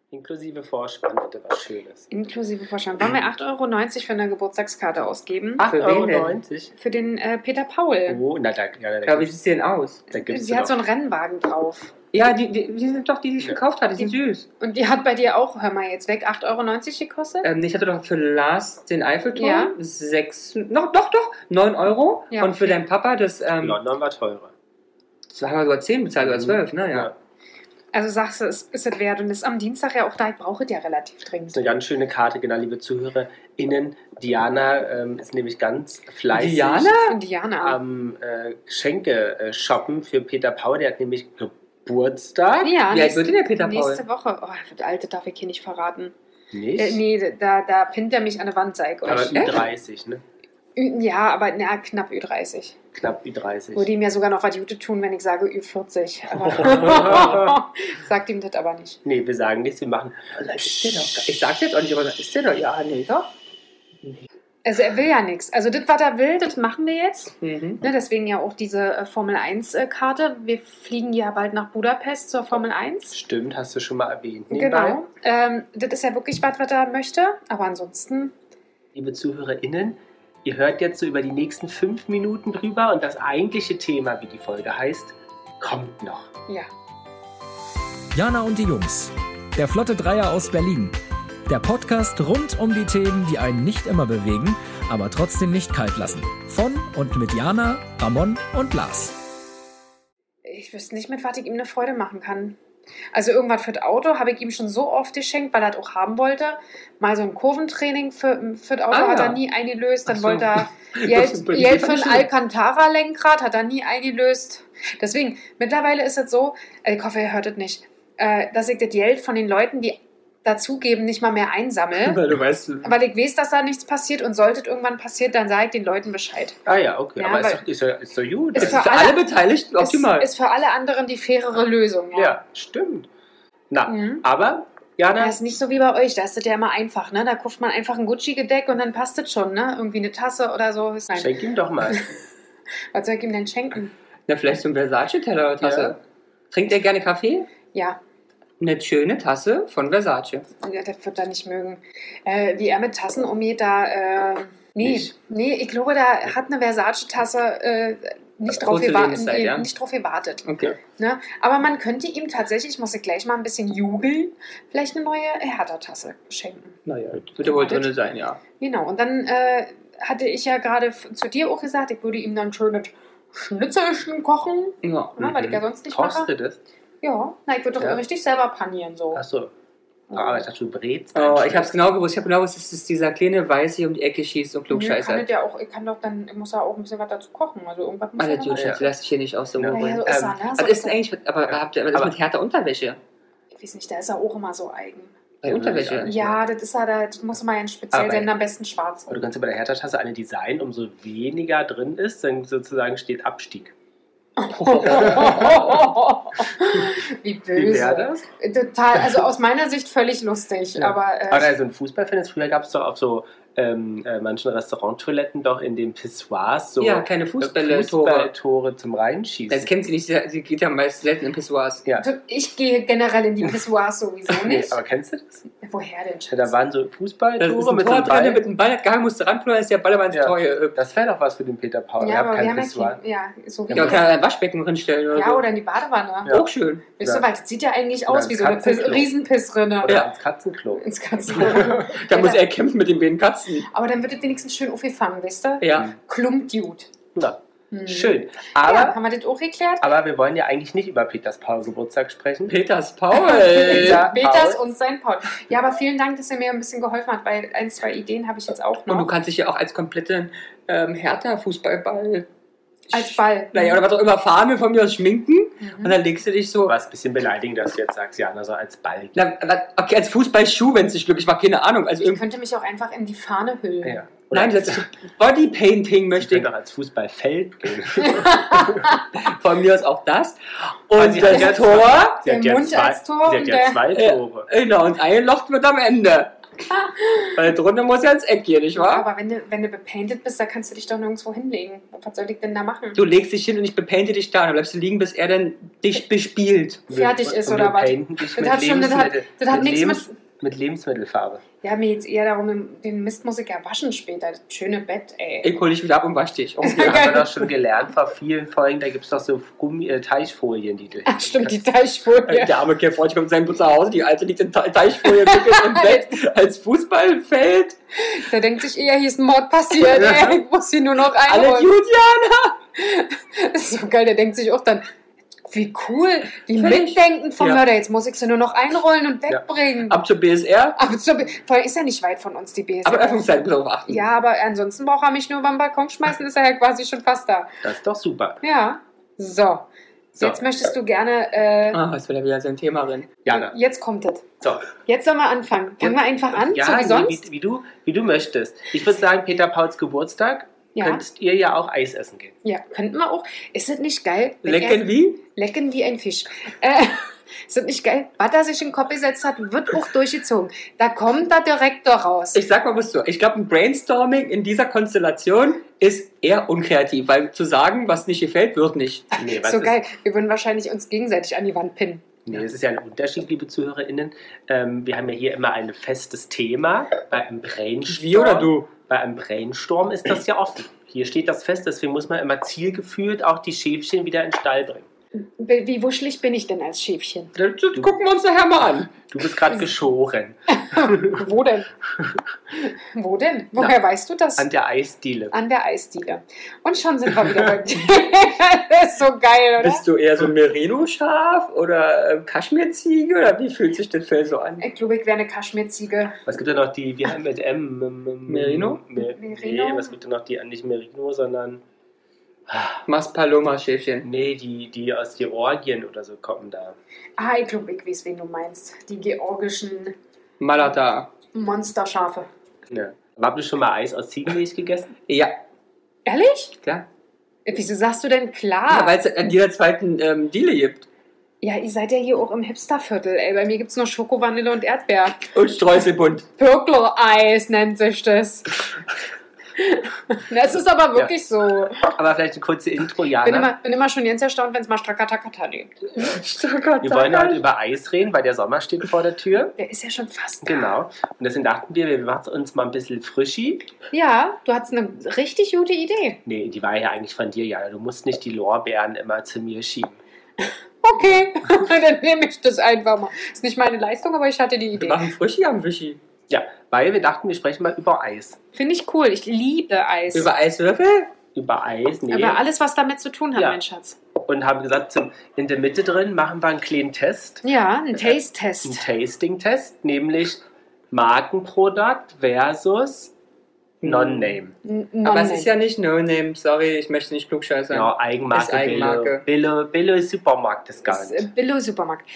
Inklusive Vorspann, bitte was Schönes. Inklusive Vorspann. Wollen wir 8,90 € für eine Geburtstagskarte ausgeben? 8,90 €? Für den Peter Paul. Oh, na da. Ja, wie sieht sie denn aus? Sie hat so einen Rennwagen drauf. Ja, die sind doch die ich gekauft hatte. Die sind süß. Und die hat bei dir auch, hör mal jetzt weg, 8,90 € gekostet? Ich hatte doch für Lars den Eiffelturm Ja. 9 €. Ja, und für deinen Papa das... London war teurer. Das haben wir sogar 10 bezahlt oder 12, ne? Ja. Also sagst du, ist es wert und ist am Dienstag ja auch da, ich brauche es ja relativ Das dringend. ist eine ganz schöne Karte, genau, liebe ZuhörerInnen. Diana ist nämlich ganz fleißig Diana? am Geschenke shoppen für Peter Paul. Der hat nämlich Geburtstag. Ja, Wie alt wird denn der Peter Paul? nächste Woche. Oh, der Alte darf ich hier nicht verraten. Nicht? Nee, da pinnt er mich an der Wand, sag ich Aber euch. Ü30, ne? Ja, aber knapp Ü30. Knapp Ü30. Würde ihm ja sogar noch was Gutes tun, wenn ich sage Ü40. Aber sagt ihm das aber nicht. Nee, wir sagen nichts, wir machen... Ich sag's jetzt auch nicht, aber ist der doch? Ja, nee, doch. Also er will ja nichts. Also das, was er will, das machen wir jetzt. Mhm. Ne, deswegen ja auch diese Formel 1-Karte. Wir fliegen ja bald nach Budapest zur Formel 1. Stimmt, hast du schon mal erwähnt. Nebenbei. Genau. Das ist ja wirklich was er möchte. Aber ansonsten... Liebe ZuhörerInnen, ihr hört jetzt so über die nächsten 5 Minuten drüber und das eigentliche Thema, wie die Folge heißt, kommt noch. Ja. Jana und die Jungs. Der Flotte Dreier aus Berlin. Der Podcast rund um die Themen, die einen nicht immer bewegen, aber trotzdem nicht kalt lassen. Von und mit Jana, Ramon und Lars. Ich wüsste nicht, mit was ich ihm eine Freude machen kann. Also irgendwas für das Auto habe ich ihm schon so oft geschenkt, weil er das auch haben wollte. Mal so ein Kurventraining für das Auto hat er nie eingelöst. Dann wollte er Geld für ein Alcantara-Lenkrad, hat er nie eingelöst. Deswegen, mittlerweile ist es so, ich hoffe, ihr hört es nicht, dass ich das Geld von den Leuten, die dazugeben, nicht mal mehr einsammle. Weil du weißt... Weil ich weiß, dass da nichts passiert und sollte es irgendwann passieren, dann sage ich den Leuten Bescheid. Ah ja, okay. Ja, aber weil- ist doch gut. Ist Das ist für alle Beteiligten optimal. Ist für alle anderen die fairere Lösung. Ja, stimmt. Na, Mhm. aber, Jana, Das ist nicht so wie bei euch, da ist das ja immer einfach, ne? Da kauft man einfach ein Gucci-Gedeck und dann passt das schon, ne? Irgendwie eine Tasse oder so. Nein. schenk ihm doch mal. Was soll ich ihm denn schenken? Na, vielleicht so ein Versace-Teller oder Tasse. Ja. Trinkt er gerne Kaffee? Ja, Eine schöne Tasse von Versace. ja, das wird er nicht mögen. Wie er mit Tassen umgeht, Nicht. Nee, ich glaube, da hat eine Versace-Tasse nicht drauf Kurze Lebenszeit, ja? nicht drauf gewartet. Okay. Ne? Aber man könnte ihm tatsächlich, muss ich gleich mal ein bisschen jugeln, vielleicht eine neue Hertha-Tasse schenken. Naja, wird ja wohl drin sein, ja. Genau, und dann hatte ich ja gerade zu dir auch gesagt, ich würde ihm dann schönes Schnitzelchen kochen, Ja. ne, weil ich ja sonst nicht mache. Kostet es? Ja, na, ich würde doch Ja. richtig selber panieren so. Achso. Aber ich dachte, du brätst. Oh, ich hab's genau gewusst. Ich habe genau gewusst, dass es dieser kleine Weiße hier um die Ecke schießt und Ich klugscheißer. ich muss ja auch ein bisschen was dazu kochen. Also irgendwas muss Alle ja Dude, noch. lass dich hier nicht aus dem Ja. Ruhe Ja, bringen. so ist er, ne? Was So ist denn eigentlich mit, aber habt ihr, was ist Aber- mit härter Unterwäsche? Ich weiß nicht, da ist er auch immer so eigen. Bei Ja, Unterwäsche? würde ich Ja, das ist er, das muss man ja ein speziell Aber- sein, am besten schwarz. Aber du kannst ja bei der Hertha-Tasse eine designen, umso weniger drin ist, dann sozusagen steht Abstieg. Wie Wie böse. wäre das? Total, also aus meiner Sicht völlig lustig. Ja. Aber Aber da so ein Fußballfan ist, früher gab es doch auf so manchen Restauranttoiletten doch in den Pissoirs so Ja, keine Fußbälle, Tore. Fußballtore zum Reinschießen. Das kennt sie nicht, sie geht ja meist selten in Pissoirs. Ja. ich gehe generell in die Pissoirs sowieso Nee, nicht. aber kennst du das? Woher denn? Ja, da waren so Das ist Fußballtore ein mit Tor so drin, einem mit Ball. dem Ball gegangen, musste ranpullen, ist der Ball aber ins Ja. Tor. Das wäre doch was für den Peter Paul. Ja, Ihr habt aber wir kein haben ja Pissoir. kein, ja, so wie Ja, man kann ein Waschbecken drinstellen oder ja, so. oder in die Badewanne. Ja. Auch schön. Wisst Ja. ihr, weil das sieht ja eigentlich Oder aus wie so eine ins Katzenklo. Riesenpissrinne. Oder Ja. ins Katzenklo. Ins Katzenklo. Da Ja, muss er kämpfen mit den beiden Katzen. Aber dann wird es wenigstens schön aufgefangen, wisst ihr? Ja. Klumpdude. Ja, Mhm. schön. Aber Aber, haben wir das auch geklärt? aber wir wollen ja eigentlich nicht über Peters Paul Geburtstag sprechen. Peters Paul. Ja. Peters Paul. und sein Paul. Ja, aber vielen Dank, dass er mir ein bisschen geholfen hat, weil 1, 2 Ideen habe ich jetzt auch Und du noch. kannst dich ja auch als kompletten Hertha-Fußballball. Als Ball. Naja, oder was auch immer, Fahne von mir aus schminken. Und Mhm. dann legst du dich so. Was ein bisschen beleidigend, dass du jetzt sagst, Jana, so als Ball. Na, okay, als Fußballschuh, wenn es nicht glücklich war, keine Ahnung. Also Ich irgendwie. könnte mich auch einfach in die Fahne hüllen. Ja. Nein, als, das Bodypainting möchte ich ich. könnte auch als Fußballfeld gehen. Von mir aus auch das. Aber Und sie hat das ja Tor. Der Mund als Tor Sie und hat ja der- 2 Tore. Genau, und eingelocht wird am Ende. Weil drunter muss ja ins Eck gehen, nicht wahr? Aber wenn du bepainted bist, da kannst du dich doch nirgendwo hinlegen. Was soll ich denn da machen? Du legst dich hin und ich bepainte dich da. Dann bleibst du liegen, bis er dann dich bespielt. Fertig ist, Und oder wir was? painten dich Das hat schon- das hat- das hat nichts mit Lebensmittelfarbe. Ja, mir jetzt eher darum, den Mist muss ich ja waschen später. Das schöne Bett, ey. Ich hol dich wieder ab und wasch dich. Okay. Wir haben doch schon gelernt vor vielen Folgen, da gibt es doch so Teichfolien, die du. Ach, stimmt, die Teichfolie. Der arme Kerl kommt sein zu Hause, die Alte liegt in Teichfolie wickelt im Bett als Fußballfeld. Der denkt sich eher, hier ist ein Mord passiert, ey. Ich muss sie nur noch Alle einholen. gut, Jana! Das ist so geil, der denkt sich auch dann, wie cool, die Völlig. mitdenken vom Ja. Mörder. Jetzt muss ich sie nur noch einrollen und wegbringen. Ab zur BSR. Aber vor allem ist ja nicht weit von uns, die BSR. Aber Öffnungszeiten bitte darauf achten. Ja, aber ansonsten braucht er mich nur beim Balkon schmeißen, ist er ja quasi schon fast da. Das ist doch super. Ja. So. So. Jetzt möchtest du gerne. Jetzt will er wieder sein Thema drin. Jana. Jetzt kommt es. So. Jetzt sollen wir anfangen. Fangen wir einfach an, Ja, so wie sonst. wie du möchtest. Ich würde sagen, Peter Pauls Geburtstag. Ja. Könntest ihr ja auch Eis essen gehen. Ja, könnten wir auch. Ist es nicht geil? wenn Lecken er- wie? Lecken wie ein Fisch. Ist es nicht geil? Was er sich in den Kopf gesetzt hat, wird auch durchgezogen. Da kommt der Direktor raus. Ich sag mal was so. Ich glaube, ein Brainstorming in dieser Konstellation ist eher unkreativ, weil zu sagen, was nicht gefällt, wird nicht. Nee, was So ist, geil. Wir würden wahrscheinlich uns gegenseitig an die Wand pinnen. Nee, das ist ja ein Unterschied, liebe ZuhörerInnen. Wir haben ja hier immer ein festes Thema. Bei einem Brainstorm. Wie oder du? Bei einem Brainstorm ist das ja offen. Hier steht das fest, deswegen muss man immer zielgeführt auch die Schäfchen wieder in den Stall bringen. Wie wuschelig bin ich denn als Schäfchen? Das gucken wir uns nachher mal an. Du bist gerade geschoren. Wo denn? Wo denn? Woher weißt du das? An der Eisdiele. An der Eisdiele. Und schon sind wir wieder bei dir. Das ist so geil, oder? Bist du eher so Merino-Schaf oder Kaschmirziege oder wie fühlt sich das Fell so an? Ich glaube, ich wäre eine Kaschmirziege. Was gibt da noch die, wir haben mit Merino? Nee, was gibt da noch die, nicht Merino, sondern, Maspaloma-Schäfchen. nee, die aus Georgien oder so kommen da. Ah, ich glaube, ich weiß, wen du meinst. Die georgischen Malata. Monsterschafe. Ja. Aber habt ihr schon mal Eis aus Ziegenmilch gegessen? Ja, Ehrlich? klar. Wieso sagst du denn Ja, klar? weil es an jeder zweiten Diele gibt. Ja, ihr seid ja hier auch im Hipsterviertel, ey. Bei mir gibt's nur Schoko, Vanille und Erdbeer. Und Streuselbund. Pörkler-Eis nennt sich das. Das ist aber wirklich so. Aber vielleicht eine kurze Intro, Bin Jana. immer schon ganz erstaunt, wenn es mal Strakatakata gibt. Wir wollen heute über Eis reden, weil der Sommer steht vor der Tür. Der ist ja schon fast da. Genau. Und deswegen dachten wir machen uns mal ein bisschen frischi. Ja, du hattest eine richtig gute Idee. Nee, die war ja eigentlich von dir, Jana. Du musst nicht die Lorbeeren immer zu mir schieben. Okay, dann nehme ich das einfach mal. Ist nicht meine Leistung, aber ich hatte die Wir Idee. machen Frischi am Wischi. Ja, weil wir dachten, wir sprechen mal über Eis. Finde ich cool. Ich liebe Eis. Über Eiswürfel? Über Eis, nee. Aber alles, was damit zu tun hat, Ja. mein Schatz. Und haben gesagt, in der Mitte drin machen wir einen kleinen Test. Ja, ein Ein Taste-Test. Tasting-Test, nämlich Markenprodukt versus Non-Name. Aber es ist ja nicht No-Name, sorry, ich möchte nicht klugscheißern. Genau, Eigenmarke, Ist Eigenmarke. Billo Supermarkt ist gar nicht. Billo-Supermarkt.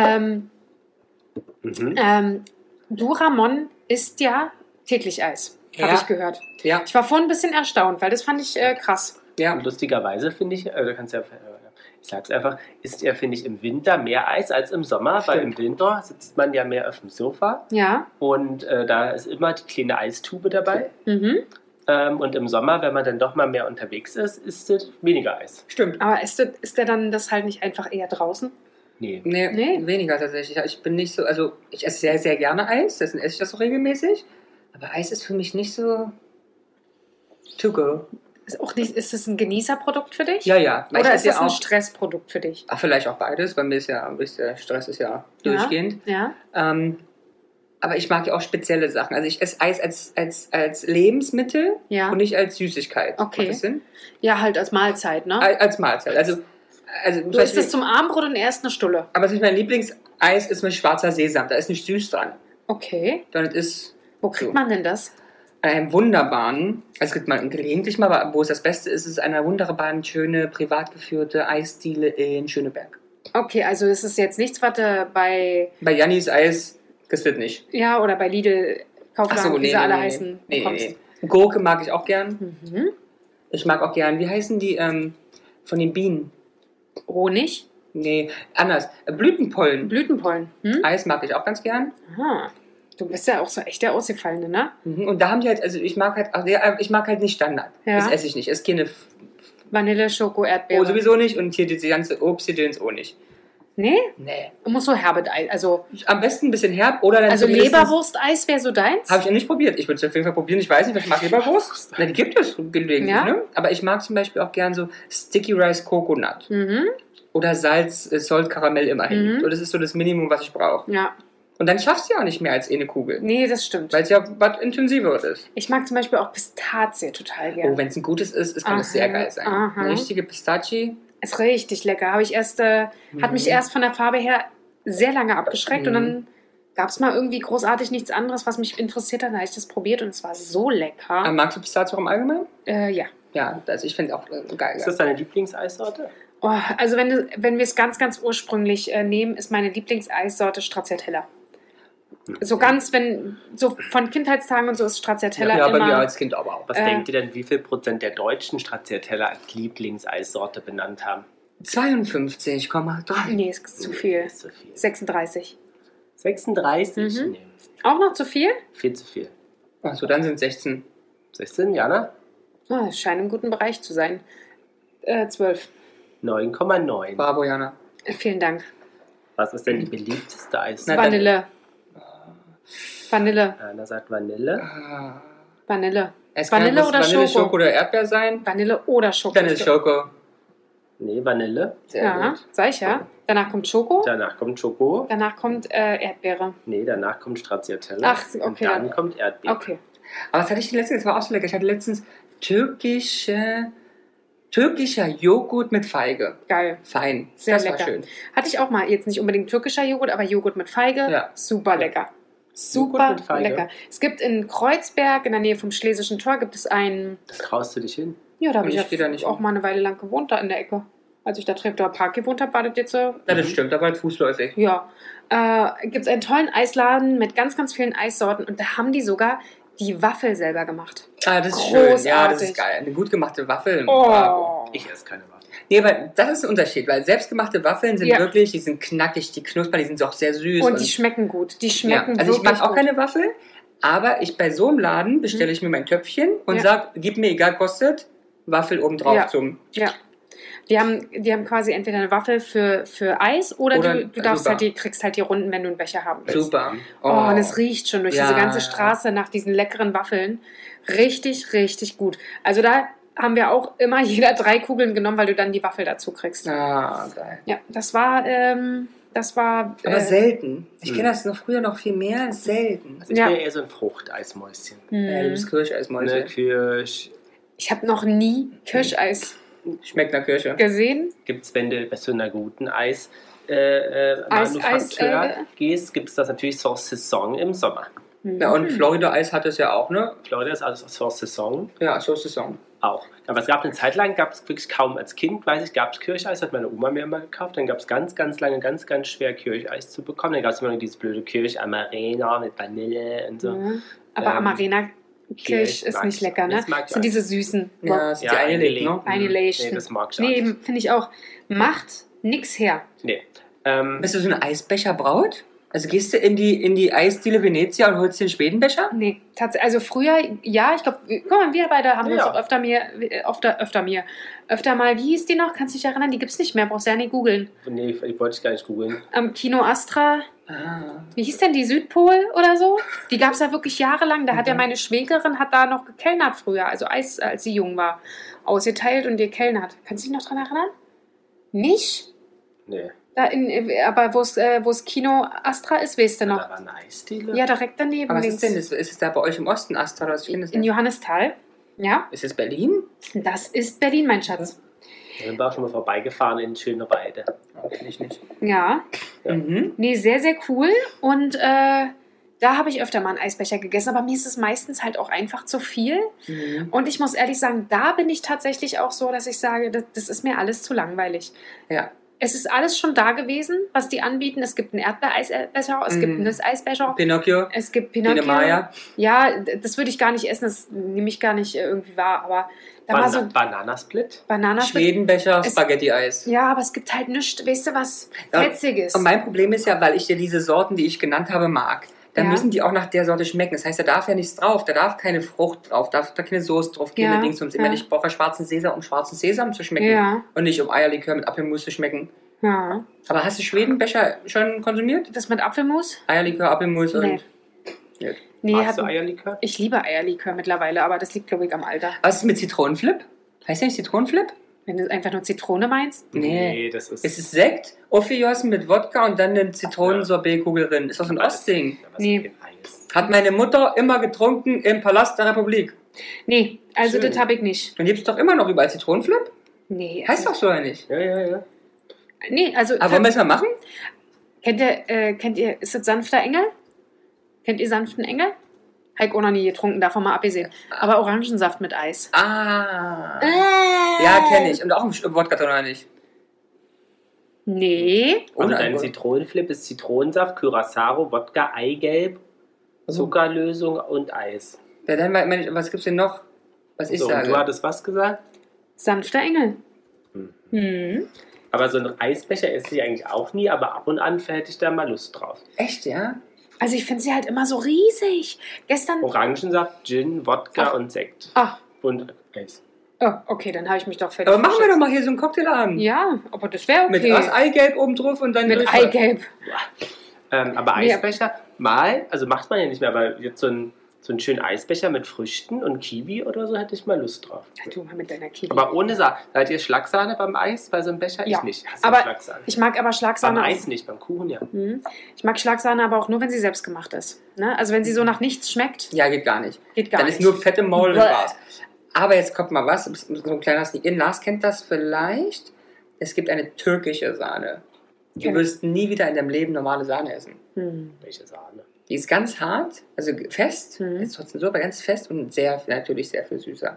Mhm. Du, Ramon, isst ja täglich Eis. Habe Ja. ich gehört. Ja, Ich war vorhin ein bisschen erstaunt, weil das fand ich krass. ja. Und lustigerweise finde ich, du kannst ja, ich sag's einfach, isst er, finde ich, im Winter mehr Eis als im Sommer, weil im Winter sitzt man ja mehr auf dem Sofa Ja. und da ist immer die kleine Eistube dabei. Mhm. Und im Sommer, wenn man dann doch mal mehr unterwegs ist, isst es weniger Eis. Stimmt. Aber ist der dann das halt nicht einfach eher draußen? Nee. Nee, Nee. weniger tatsächlich. Ich bin nicht so, also ich esse sehr, sehr gerne Eis, deswegen esse ich das so regelmäßig. Aber Eis ist für mich nicht so to go. Ist das ein Genießerprodukt für dich? Ja, ja. Weil Oder ich ist esse das ja ein auch, Stressprodukt für dich? vielleicht auch beides, bei mir ist ja, der Stress ist ja durchgehend. Ja. Aber ich mag ja auch spezielle Sachen. Also ich esse Eis als Lebensmittel Ja. und nicht als Süßigkeit. Okay. Macht das Sinn? Ja, halt als Mahlzeit, ne? Als Mahlzeit. Also Du isst es zum Abendbrot und erst eine Stulle. aber mein Lieblingseis ist mit schwarzer Sesam. Da ist nicht süß dran. Okay. Sondern es ist Wo kriegt So. man denn das? an einem wunderbaren, es gibt man gelegentlich mal, aber wo es das Beste ist, ist eine wunderbaren, schöne, privat geführte Eisdiele in Schöneberg. Okay, also es ist jetzt nichts, was du bei, Bei Jannis Eis, das wird nicht. ja, oder bei Lidl, Kaufland, wie sie alle heißen, bekommst. Gurke mag ich auch gern. Mhm. Ich mag auch gern, wie heißen die, von den Bienen? Honig, Nee, anders. Blütenpollen. Blütenpollen. Hm? Eis mag ich auch ganz gern. Aha. Du bist ja auch so echt der Ausgefallene, ne? Und da haben die halt, also ich mag halt nicht Standard. Ja. Das esse ich nicht. Es keine Vanille, Schoko, Erdbeere. sowieso nicht und hier diese ganze Obstgedöns auch nicht. Nee? Nee. Muss so herbe Eis. Also Am besten ein bisschen herb oder dann Leberwurst-Eis wäre so deins? Habe ich noch nicht probiert. Ich würde es auf jeden Fall probieren. Ich weiß nicht, was ich mag Leberwurst. Na, die gibt es gelegentlich, Ja? ne? Aber ich mag zum Beispiel auch gern so Sticky Rice Coconut. Oder Salt Karamell immerhin. Und das ist so das Minimum, was ich brauche. Ja. Und dann schaffst du ja auch nicht mehr als eine Kugel. Nee, das stimmt. Weil es ja was intensiveres ist. Ich mag zum Beispiel auch Pistazie total Oh, gerne. wenn es ein gutes ist, kann es sehr geil sein. Aha. Eine richtige Pistazie. Ist richtig lecker. Habe ich erst, hat mich erst von der Farbe her sehr lange abgeschreckt und dann gab es mal irgendwie großartig nichts anderes, was mich interessiert hat. Da habe ich das probiert und es war so lecker. Magst du Pistazie auch im Allgemeinen? Ja. Ja, also ich finde es auch geil. Ist das deine Lieblingseissorte? Oh, also wenn wir es ganz, ganz ursprünglich nehmen, ist meine Lieblingseissorte Stracciatella. So ganz, so von Kindheitstagen und so ist Stracciatella Ja, bei immer... mir als Kind aber auch. Was denkt ihr denn, wie viel Prozent der Deutschen Stracciatella als Lieblingseissorte benannt haben? 52,3. Nee, ist zu viel. Ist zu viel. 36. 36? Nee, Auch noch zu viel? viel zu viel. Achso, dann sind 16. 16, Jana? Oh, es scheint im guten Bereich zu sein. 12. 9,9. Bravo, Jana. Vielen Dank. Was ist denn die beliebteste Eissorte? Vanille. Vanille. Jana sagt Vanille. Vanille. Es kann Vanille bloß oder Vanille, Schoko? oder Erdbeer sein. Vanille oder Schoko. Dann ist Schoko. Nee, Vanille. Sehr Ja, gut. sag ich ja. Danach kommt Schoko. Danach kommt Schoko. Danach kommt Erdbeere. Nee, danach kommt Stracciatella. Ach, okay, Und dann dann. kommt Erdbeer. Okay. Aber was hatte ich letztens? Das war auch so lecker. Ich hatte letztens türkischer Joghurt mit Feige. Geil. Fein. Sehr das lecker. war schön. Hatte ich auch mal. Jetzt nicht unbedingt türkischer Joghurt, aber Joghurt mit Feige. Ja. Super lecker. Super Joghurt mit Feige? lecker. Es gibt in Kreuzberg, in der Nähe vom Schlesischen Tor, gibt es einen... Das traust du dich hin. Ja, da habe Und ich ich geh da nicht auch hin. mal eine Weile lang gewohnt, da in der Ecke. Als ich da Treptower Park gewohnt habe, war das jetzt so... Ja, das stimmt, aber halt fußläufig. Ja. Gibt es einen tollen Eisladen mit ganz, ganz vielen Eissorten und da haben die sogar die Waffel selber gemacht. Ah, das ist schön. Ja, das Großartig. ist geil. Eine gut gemachte Waffel. Bravo. Oh. Ich esse keine Waffel. Nee, aber das ist ein Unterschied, weil selbstgemachte Waffeln sind Ja. wirklich, die sind knackig, die knuspern, die sind auch sehr süß. Und die schmecken gut. Die schmecken also ich wirklich mag auch gut. keine Waffel, aber bei so einem Laden bestelle ich mir mein Töpfchen und Ja. sag, gib mir, egal kostet, Waffel obendrauf Ja. zum... Ja. Die haben quasi entweder eine Waffel für Eis oder Oder- du darfst super. kriegst halt die Runden, wenn du einen Becher haben willst. Super. Oh, und es riecht schon durch Ja. diese ganze Straße nach diesen leckeren Waffeln. Richtig, richtig gut. Also da haben wir auch immer jeder 3 Kugeln genommen, weil du dann die Waffel dazu kriegst. Ah, geil. Ja, das war Aber selten. Ich Mhm. kenne das noch früher noch viel mehr. Selten. Also ich Ja. bin ja eher so ein Fruchteismäuschen. Du bist Kirscheismäuse. Ne, Kirsch. Ich habe noch nie Kirscheis Schmeckt nach Kirsche. gesehen. Gibt es, wenn du bei so einer guten Eis, Manufaktur gehst, gibt es das natürlich zur Saison im Sommer. Ja, und Florida-Eis hat es ja auch, ne? Florida ist also zur Saison Ja, so Saison. auch. Aber es gab eine Zeit lang, gab es wirklich kaum als Kind, weiß ich, gab es Kirscheis, hat meine Oma mir immer gekauft. Dann gab es ganz, ganz lange, ganz, ganz schwer Kirscheis zu bekommen. Dann gab es immer noch dieses blöde Kirsch Amarena mit Vanille und so. Mhm. Aber Amarena Kirsch ist mag nicht ich. lecker, ne? Das mag ich Das sind diese süßen. Ja, das ist Ja, die eingelegt, ne? Eingelegt. Nee, das mag ich Nee, auch nicht. finde ich auch. Macht nix her. Nee. Bist du so eine Eisbecherbraut? Also gehst du in die Eisdiele Venezia und holst dir einen Schwedenbecher? Nee, tatsächlich. Also früher, ja, ich glaube, guck mal, wir beide haben uns Ja. auch öfter mal, wie hieß die noch? Kannst du dich erinnern? Die gibt's nicht mehr, brauchst du ja nicht googeln. Nee, ich wollte es gar nicht googeln. Am Kino Astra, Ah. wie hieß denn die, Südpol oder so? Die gab es ja wirklich jahrelang. Da hat ja meine Schwägerin, hat da noch gekellnert früher, also Eis, als sie jung war, ausgeteilt und gekellnert. Kannst du dich noch dran erinnern? Nicht? Nee. Da aber wo es Kino Astra ist, weißt du Da noch? war eine Eisdiele. Ja, direkt daneben. Aber was links. ist denn das? Ist es da bei euch im Osten, Astra? Oder was? Ich finde das In nicht. Johannisthal. Ja, Ist es Berlin? das ist Berlin, mein Schatz. Da sind wir auch schon mal vorbeigefahren in Schöneweide. Kenn ich nicht. Ja, Ja. Mhm. nee, sehr, sehr cool. Und da habe ich öfter mal einen Eisbecher gegessen, aber mir ist es meistens halt auch einfach zu viel. Mhm. Und ich muss ehrlich sagen, da bin ich tatsächlich auch so, dass ich sage, das ist mir alles zu langweilig. Ja. Es ist alles schon da gewesen, was die anbieten. Es gibt einen Erdbeereisbecher, es gibt einen Nusseisbecher, Pinocchio. es gibt Dine Pinocchio. Maya. Ja, das würde ich gar nicht essen, das nehme ich gar nicht irgendwie wahr. Aber da war so Bananasplit. Bananen. Schwedenbecher, Es- Spaghetti-Eis. Ja, aber es gibt halt nichts, weißt du was, Ja, Fetziges. Und mein Problem ist ja, weil ich dir diese Sorten, die ich genannt habe, mag. dann Ja. müssen die auch nach der Sorte schmecken. Das heißt, da darf ja nichts drauf, da darf keine Frucht drauf, darf da keine Soße drauf gehen, Ja, Dings. ja. Ich brauche schwarzen Sesam, um schwarzen Sesam zu schmecken. Ja. Und nicht um Eierlikör mit Apfelmus zu schmecken. Ja. Aber hast du Schwedenbecher schon konsumiert? Das mit Apfelmus? Eierlikör, Apfelmus Nee. und... Ja. Nee, Magst du Eierlikör? ich liebe Eierlikör mittlerweile, aber das liegt, glaube ich, am Alter. Was ist mit Zitronenflip? Heißt der nicht Zitronenflip? Wenn du einfach nur Zitrone meinst? Nee. das ist... Es ist Sekt, aufgegossen mit Wodka und dann eine Zitronensorbetkugel drin. Ist doch so ein Ostding. Ja, was Nee. ist denn Eis? Hat meine Mutter immer getrunken im Palast der Republik. Nee, also Schön. das habe ich nicht. Und gibt es doch immer noch überall Zitronenflip? Nee. Heißt doch so oder nicht? Ja. Nee, also. Aber wollen wir es mal machen? Kennt ihr, ist das sanfter Engel? Kennt ihr sanften Engel? Heik auch noch nie getrunken, davon mal abgesehen. Aber Orangensaft mit Eis. Ah. Ja, kenne ich. Und auch im Wodka drin oder nicht? Nee. Also Ohne dein Alkohol. Zitronenflip ist Zitronensaft, Curaçao, Wodka, Eigelb, Zuckerlösung und Eis. Ja, dann was gibt's denn noch? Was ich So, und sage. du hattest was gesagt? Sanfter Engel. Hm. Aber so ein Eisbecher esse ich eigentlich auch nie, aber ab und an hätte ich da mal Lust drauf. Echt, ja? Also ich finde sie halt immer so riesig. Gestern. Orangensaft, Gin, Wodka Ach. und Sekt. Ah, Und Eis. oh, okay, dann habe ich mich doch völlig Aber machen wir verschätzt. doch mal hier so einen Cocktailabend. Ja, aber das wäre okay. Mit Eigelb oben drauf und dann... Mit Durchfall. Eigelb. Aber Nee. Eisbecher, mal, also macht man ja nicht mehr, aber jetzt so einen schönen Eisbecher mit Früchten und Kiwi oder so hätte ich mal Lust drauf. Ja, du mal mit deiner Kiwi. Aber ohne Sahne. Seid ihr Schlagsahne beim Eis, bei so einem Becher? Ja. Ich nicht. Hast du Aber Schlagsahne? ich mag aber Beim Schlagsahne Eis auch. nicht, beim Kuchen ja. Ich mag Schlagsahne aber auch nur, wenn sie selbst gemacht ist. Ne? Also wenn sie so nach nichts schmeckt, Ja, geht gar nicht. geht gar Dann nicht. ist nur Fett im Maul und Bäh. war's. Aber jetzt kommt mal was, so ein kleiner Sneak-In. Lars kennt das vielleicht. Es gibt eine türkische Sahne. Du Kenn ich. wirst nie wieder in deinem Leben normale Sahne essen. Welche Sahne? Die ist ganz hart, also fest, Mhm. ist trotzdem so, aber ganz fest und natürlich sehr viel süßer.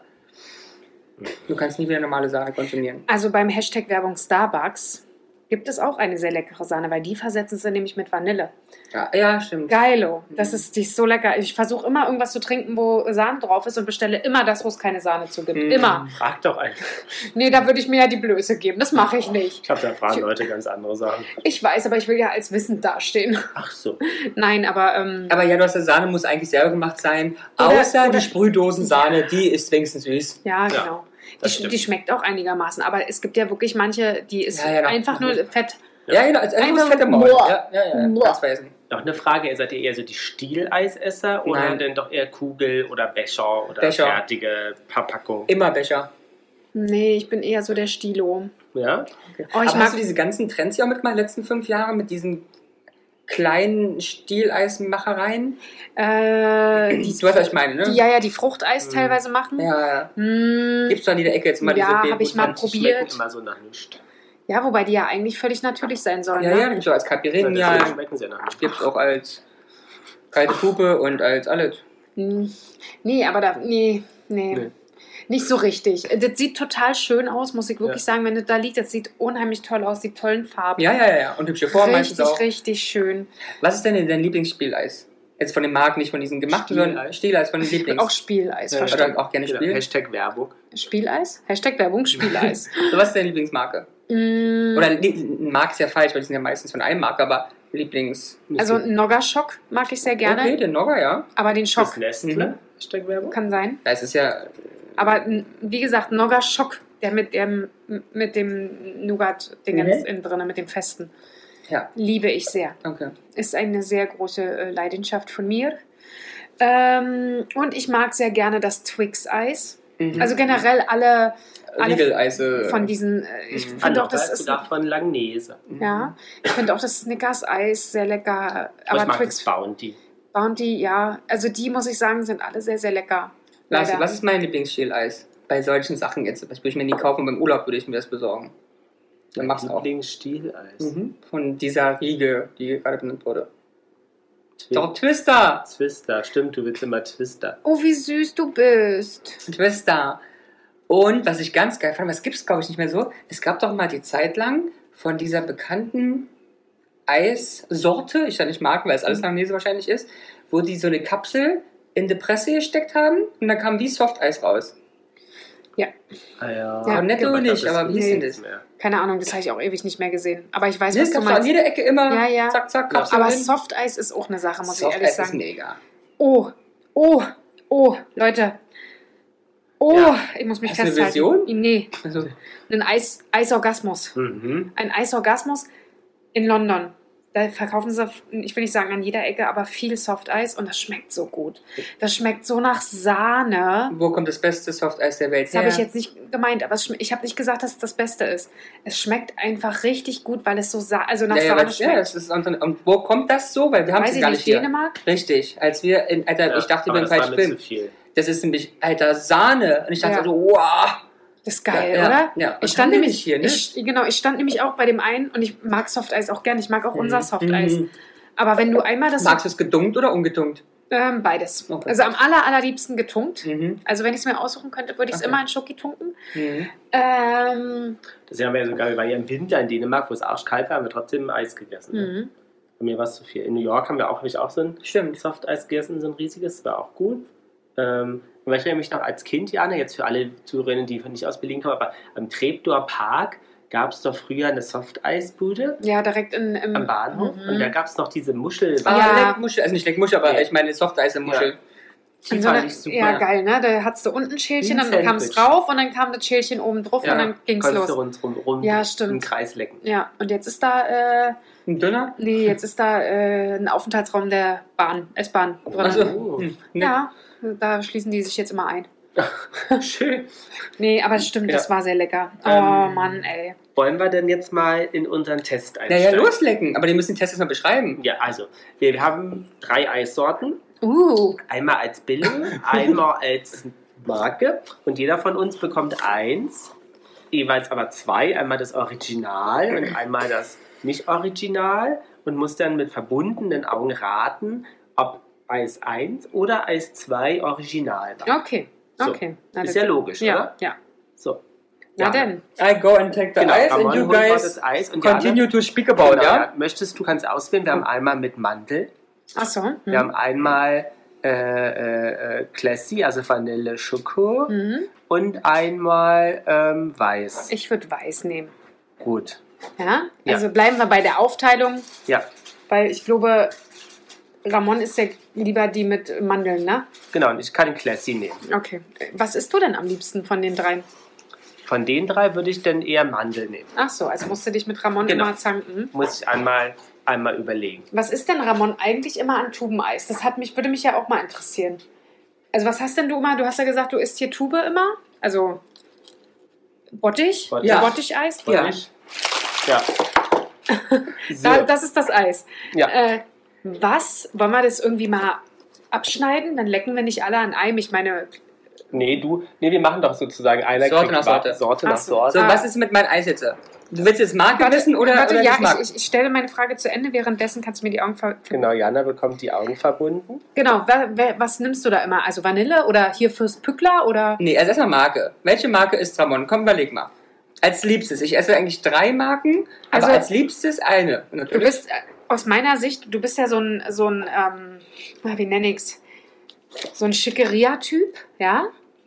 Du kannst nie wieder normale Sahne konsumieren. Also beim Hashtag Werbung Starbucks gibt es auch eine sehr leckere Sahne, weil die versetzen sie nämlich mit Vanille. Ja, stimmt. Geilo. Die ist so lecker. Ich versuche immer irgendwas zu trinken, wo Sahne drauf ist und bestelle immer das, wo es keine Sahne zu gibt. Immer. Frag doch einfach. Nee, da würde ich mir ja die Blöße geben. Das mache ich nicht. Ich glaube, da fragen Leute ganz andere Sachen. Ich weiß, aber ich will ja als wissend dastehen. Ach so. Nein, aber Aber ja, du hast, die Sahne muss eigentlich selber gemacht sein, Oder- außer oder- die Sprühdosensahne, die ist wenigstens süß. ja, Ja, genau. das stimmt. Die schmeckt auch einigermaßen, aber es gibt ja wirklich manche, die ist Ja, einfach nur Fett. Ja, genau, also Einfach fett im Maul. boah. Ja, Boah. ganz weißen. Noch eine Frage, seid ihr eher so die Stieleisesser oder Nein. denn doch eher Kugel oder Becher oder Becher. fertige Verpackung? Immer Becher. Nee, ich bin eher so der Stilo. Ja? Okay. Oh, ich Aber mag- hast du diese ganzen Trends ja auch mitgemacht in den letzten 5 Jahren mit diesen kleinen Stieleismachereien? Die, Du weißt, was ich meine, ne? die Fruchteis teilweise machen. Ja. Mm, Gibt's da in jeder Ecke jetzt immer Ja, diese hab ich mal Bebus- Die schmecken probiert. immer so nach nichts. ja, wobei die ja eigentlich völlig natürlich sein sollen. Ja, ne? ja, gibt's auch als Caipirinha, Deswegen schmecken sie nach nichts. gibt's auch als kalte Puppe und als alles. Nee, aber nee. Nicht so richtig. Das sieht total schön aus, muss ich wirklich sagen, wenn das da liegt. Das sieht unheimlich toll aus, die tollen Farben. Ja. Und hübsche Form meistens Richtig, auch. richtig schön. Was ist denn dein Lieblingsspieleis? Jetzt von den Marken, nicht von diesen gemachten, sondern Stieleis? Stieleis von den Lieblings. Auch Spieleis, Ja, verstehe. Oder auch gerne Genau. spielen. Hashtag Werbung. Spieleis? Hashtag Werbung, Spieleis. So, was ist deine Lieblingsmarke? Mm, Oder Marke ist ja falsch, weil die sind ja meistens von einem Marke, aber Lieblings... also Nogga-Schock mag ich sehr gerne, Okay, den Nogger, ja. aber den Das Schock Nestle. Hashtag Werbung. kann sein. Das ist ja... Aber wie gesagt, Nogga-Schock, der mit dem Nougat-Dingens innen drin, mit dem Festen, Ja, liebe ich sehr. okay. Ist eine sehr große Leidenschaft von mir. Und ich mag sehr gerne das Twix-Eis. Mhm. Also generell alle Riegeleise. von diesen, ich Mhm. finde auch, das ist ist, sogar von Langnese. ja, ich finde auch das Snickers-Eis sehr lecker. Aber ich Aber mag Twix das Bounty. Bounty, ja, also die, muss ich sagen, sind alle sehr, sehr lecker. Lars, Leider. was ist mein Lieblingsstieleis? Bei solchen Sachen jetzt. Das würde ich mir nie kaufen, beim Urlaub würde ich mir das besorgen. Dann mach's auch. Lieblingsstieleis. Mhm. Von dieser Riege, die gerade benannt wurde. Twi- Doch, Twister! Twister, stimmt, du willst immer Twister. Oh, wie süß du bist. Twister. Und was ich ganz geil fand, das gibt es glaube ich nicht mehr so, es gab doch mal die Zeit lang von dieser bekannten Eissorte, ich sage nicht Marken, weil es alles Langnese wahrscheinlich ist, wo die so eine Kapsel in die Presse gesteckt haben und dann kam wie Softeis raus. Ja. Ah, ja. Cornetto Aber nicht, das aber wie ist hieß denn nichts das? mehr. Keine Ahnung, das habe ich auch ewig nicht mehr gesehen. Aber ich weiß, Das was du gab's an meinst. jeder Ecke immer. Ja, ja. Zack, zack, Kapseln. Aber drin. Softeis ist auch eine Sache, muss ich ehrlich Softeis ist sagen. mega. Oh, Leute. Ich muss mich Hast du eine festhalten. Vision? Nee, Also, ein Eisorgasmus. Mhm. Ein Eisorgasmus in London. Da verkaufen sie, ich will nicht sagen an jeder Ecke, aber viel Softeis und das schmeckt so gut. Das schmeckt so nach Sahne. wo kommt das beste Softeis der Welt Das habe ich jetzt nicht gemeint, aber ich habe nicht gesagt, dass es das Beste ist. Es schmeckt einfach richtig gut, weil es so nach Sahne schmeckt. Ja, das ist, und wo kommt das so? Weil wir haben Weiß es ich gar nicht, nicht hier. Dänemark? Richtig, als wir Alter, ich dachte, wir aber sind das war falsch mir Film. zu viel. Das ist nämlich, Alter, Sahne. Und ich dachte Ja. so, wow. Das ist geil, Ja, oder? ja. Ich stand Und nämlich hier, ne? ich stand nämlich auch bei dem einen und ich mag Softeis auch gern. Ich mag auch unser Softeis. Mhm. Aber wenn du einmal das Magst du es gedunkt oder ungetunkt? beides. Okay. Also am allerliebsten getunkt. Mhm. Also wenn ich es mir aussuchen könnte, würde ich es Okay. immer in Schoki tunken. Mhm. Das haben wir ja sogar, wir waren ja im Winter in Dänemark, wo es arschkalt war, haben wir trotzdem Eis gegessen. Ne? Mhm. Bei mir war es zu viel. In New York habe ich auch so ein Stimmt. Softeis gegessen, so ein riesiges, war auch gut. Und ich erinnere mich noch als Kind, Jana, jetzt für alle Zuhörerinnen, die nicht aus Berlin kommen, aber am Treptower Park gab es doch früher eine Softeisbude Ja, direkt im am Bahnhof. Mhm. Und da gab es noch diese Muschel. Ja. Leckmuschel, also nicht Leckmuschel, aber Nee. ich meine Softeis-Muschel. Die in so fand eine, ich super. ja, geil, ne? Da hattest du unten ein Schälchen, Wie ein dann kam es Sandwich. drauf und dann kam das Schälchen oben drauf und dann ging's konntest los. du rundherum Ja, stimmt. im Kreis lecken. Ja, und jetzt ist da, Ein Döner? jetzt ist da ein Aufenthaltsraum der S-Bahn drin. Also, Oh. Ja, da schließen die sich jetzt immer ein. Schön. Nee, aber das stimmt, Ja. das war sehr lecker. Oh Ähm, Mann, ey. Wollen wir denn jetzt mal in unseren Test Naja, einsteigen? loslecken. Aber die müssen den Test erstmal beschreiben. Ja, also, wir haben 3 Eissorten. Einmal als Billo, einmal als Marke. Und jeder von uns bekommt 1, jeweils aber 2. Einmal das Original und einmal das Nicht-Original. Und muss dann mit verbundenen Augen raten, ob Eis 1 oder Eis 2 Original war. Okay, So. okay. Na, Ist das- ja logisch, ja, oder? Ja. So. Na Ja. denn. I go and take the Genau, ice Ramon and you holt mal guys das Eis und continue to speak about, Genau, ja? ja. Möchtest du, kannst auswählen. Wir haben einmal mit Mandel. Achso. Wir haben einmal Classy, also Vanille Schoko. Und einmal weiß. Ich würde weiß nehmen. Gut. Ja? Ja. Also bleiben wir bei der Aufteilung, Ja, weil ich glaube, Ramon ist ja lieber die mit Mandeln, ne? genau. Und ich kann den Classy nehmen. Okay. Was isst du denn am liebsten von den dreien? Von den 3 würde ich dann eher Mandel nehmen. Ach so, also musst du dich mit Ramon Genau. immer zanken. Muss ich einmal überlegen. Was ist denn Ramon eigentlich immer an Tubeneis? Das würde mich ja auch mal interessieren. Also was hast denn du immer? Du hast ja gesagt, du isst hier Tube immer? Also Bottich? Bottich. Ja. Ja. Botticheis? Ja. Ja. So. Das ist das Eis. Ja. Wollen wir das irgendwie mal abschneiden? Dann lecken wir nicht alle an einem. Ich meine, Nee, wir machen doch sozusagen einer Sorte kriegt nach Sorte. Sorte Ach nach so. Sorte. So, Ah. was ist mit meinem Eis jetzt? Du willst jetzt Marke wissen oder warte, oder ja, Geschmack? ich stelle meine Frage zu Ende. Währenddessen kannst du mir die Augen Genau, Jana bekommt die Augen verbunden. Genau, was nimmst du da immer? Also Vanille oder hier Fürst Pückler oder? Nee, also erstmal Marke. Welche Marke ist Ramon? Komm, überleg mal. Als Liebstes. Ich esse eigentlich 3 Marken, aber Also- als Liebstes eine. Und Du natürlich- bist, aus meiner Sicht, du bist ja so ein wie nenne ich's? So ein Schickeria-Typ, ja?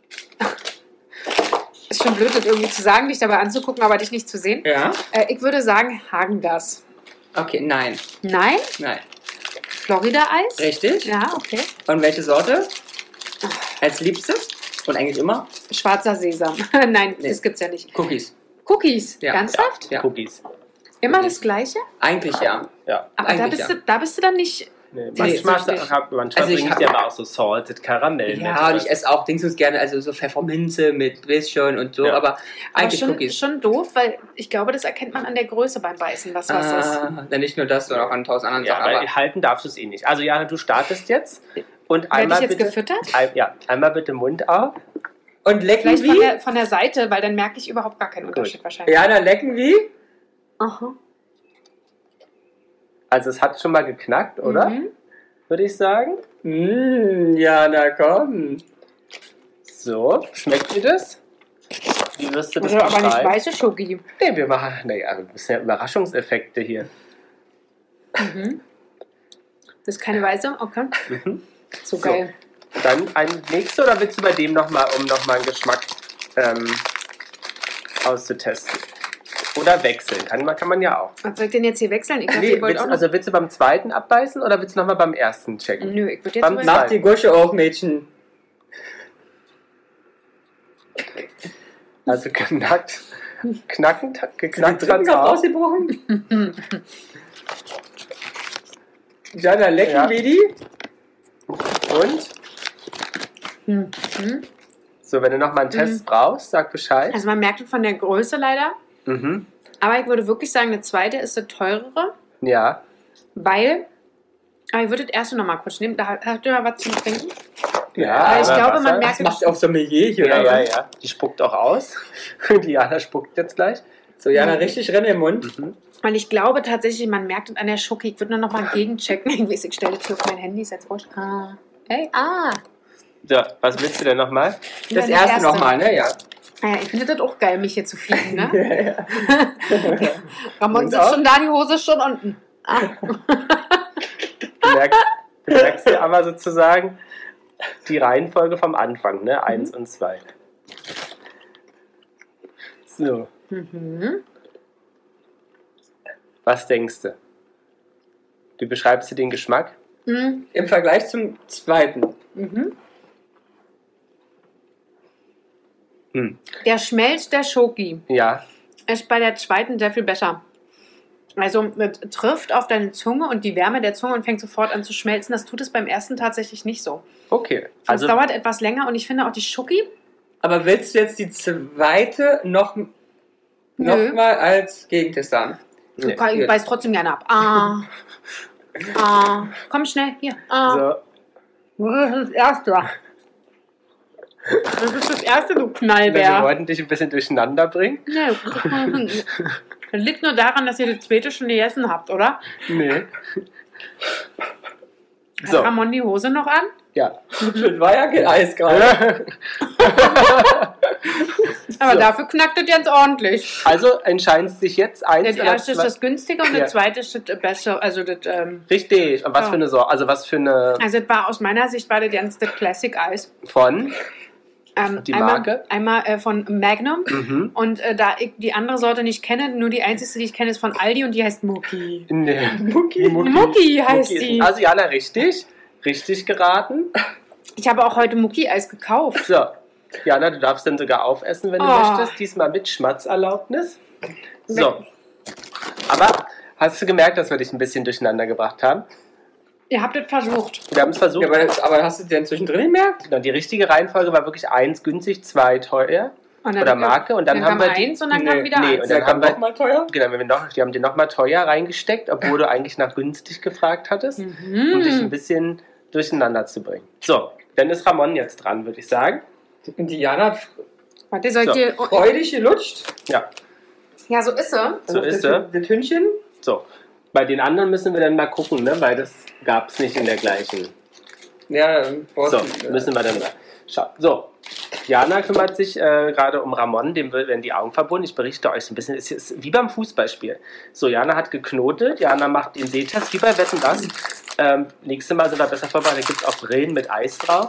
Ist schon blöd, das irgendwie zu sagen, dich dabei anzugucken, aber dich nicht zu sehen. Ja? Ich würde sagen Häagen-Dazs. Okay, nein. Nein? Nein. Florida-Eis? Richtig? Ja, okay. Und welche Sorte? Als Liebstes? Und eigentlich immer? Schwarzer Sesam. Nein, Nee. das gibt's ja nicht. Cookies. Cookies, Ja. ernsthaft? Ja. Cookies. Immer das Gleiche? Eigentlich ja. Ja. Aber da Eigentlich bist du dann nicht... Nee, Nee, manchmal richtig. manchmal Also ich bringe ich hab- dir aber auch so Salted Karamell Ja, und mit. ich esse auch Dingsens gerne, also so Pfefferminze mit Bläschen und so, Ja. aber Aber eigentlich schon, Cookies. schon doof, weil ich glaube, das erkennt man an der Größe beim Beißen, was ist. Dann nicht nur das, sondern auch an 1000 anderen Ja, Sachen. aber Aber halten darfst du es eh nicht. Also Jana, du startest jetzt. Und Werde einmal ich jetzt bitte, gefüttert? einmal bitte Mund auf. und lecken Vielleicht wie? von der Seite, weil dann merke ich überhaupt gar keinen Unterschied wahrscheinlich. Ja, dann lecken wie? Aha. Also es hat schon mal geknackt, oder? Mhm. Würde ich sagen. Ja, na komm. So, schmeckt dir das? Wie wirst du das Also aber nicht beschreiben? weiße Schoki. Nee, wir machen, naja, das sind ja Überraschungseffekte hier. Mhm. Das ist keine weiße? Okay. Mhm. So So. geil. Dann ein nächster oder willst du bei dem nochmal, um nochmal einen Geschmack auszutesten. Oder wechseln. Kann man ja auch. Was soll ich denn jetzt hier wechseln? Ich dachte, Nee, ihr wollt auch noch... willst du beim zweiten abbeißen oder willst du nochmal beim ersten checken? Nö, ich würde jetzt Beim mal... Mach die Gusche auf, Mädchen. Also geknackt Dritten hat's noch auch. ausgebrochen. Jana, lecken Ja. wie die. Und? Mhm. So, wenn du nochmal einen Test brauchst, sag Bescheid. Also man merkt von der Größe leider. Mhm. Aber ich würde wirklich sagen, eine zweite ist eine teurere, Ja. weil... Aber ich würde das erste nochmal kurz nehmen. Da habt ihr mal was zum Trinken? Ja, Weil ich aber glaube, man Wasser- merkt- Das macht auf Sommelier hier. Ja, oder? ja. Die spuckt auch aus. Diana spuckt jetzt gleich. So, Jana, richtig Rennen im Mund. Mhm. Weil ich glaube tatsächlich, man merkt es an der Schoki. Ich würde nur nochmal gegenchecken. Ich weiß, ich stelle das hier auf mein Handy, ist jetzt wurscht. Hey, So, was willst du denn nochmal? Das erste nochmal, ne? Ja. Naja, ich finde das auch geil, mich hier zu fieden, ne? Ja. Ramon Und sitzt auch? schon da, die Hose ist schon unten. Du merkst dir aber sozusagen die Reihenfolge vom Anfang, ne? 1 und 2. So, Mhm. was denkst du? Wie beschreibst du den Geschmack? Mhm. Im Vergleich zum zweiten. Mhm. Hm. Der Schmelz der Schoki Ja, ist bei der zweiten sehr viel besser. Also es trifft auf deine Zunge und die Wärme der Zunge und fängt sofort an zu schmelzen. Das tut es beim ersten tatsächlich nicht so. okay. Also, Also, es dauert etwas länger und ich finde auch die Schoki, Aber willst du jetzt die zweite noch Nö. mal als Gegentest haben? nee. ich beiß trotzdem gerne ab. Komm schnell, hier. So, Das ist das erste. Das ist das erste, du wir Knallbär. wollten dich ein bisschen durcheinander bringen. Nee, das liegt nur daran, dass ihr das zweite schon gegessen habt, oder? Nee. Hat So, Ramon die Hose noch an? ja. Das war ja kein Eis gerade. Aber So. dafür knackt es ganz ordentlich. Also entscheidest sich jetzt eins Das oder erste ist zwei. das günstige und Ja. das zweite ist das bessere. Also das, Richtig. Und was Ja. für eine Sorte? Also was für eine also das war aus meiner Sicht war das ganz das Classic Eis. von? Die einmal, Marke? Einmal von Magnum. Mhm. Und da ich die andere Sorte nicht kenne, nur die einzige, die ich kenne, ist von Aldi und die heißt Mucki. Nee. Mucki heißt Mucki. die. Also Jana, richtig. Richtig geraten. Ich habe auch heute Mucki-Eis gekauft. So. Jana, du darfst dann sogar aufessen, wenn du Oh. möchtest. Diesmal mit Schmatzerlaubnis. So. Aber hast du gemerkt, dass wir dich ein bisschen durcheinander gebracht haben? Ihr habt es versucht. Wir haben es versucht. Ja, aber hast du den zwischendrin gemerkt? Genau, die richtige Reihenfolge war wirklich 1 günstig, 2 teuer. Und Oder Marke. Und dann haben wir kam die- eins und dann Nee, kam wieder nee, eins. und dann kam haben wir- noch mal teuer. Genau, die haben dir nochmal teuer reingesteckt, obwohl du eigentlich nach günstig gefragt hattest, um dich ein bisschen durcheinander zu bringen. So, dann ist Ramon jetzt dran, würde ich sagen. Und Diana hat Warte, soll ich So. dir... freudig gelutscht. Ja, Ja, so ist er. so Das ist er. Das Hündchen. So, bei den anderen müssen wir dann mal gucken, ne, weil das gab es nicht in der gleichen. Ja, So, müssen wir dann mal schauen. So, Jana kümmert sich gerade um Ramon, dem werden die Augen verbunden. Ich berichte euch so ein bisschen, es ist wie beim Fußballspiel. So, Jana hat geknotet, Jana macht den Sehtest, wie bei Wetten, das. Nächstes Mal sind wir besser vorbei, da gibt es auch Brillen mit Eis drauf.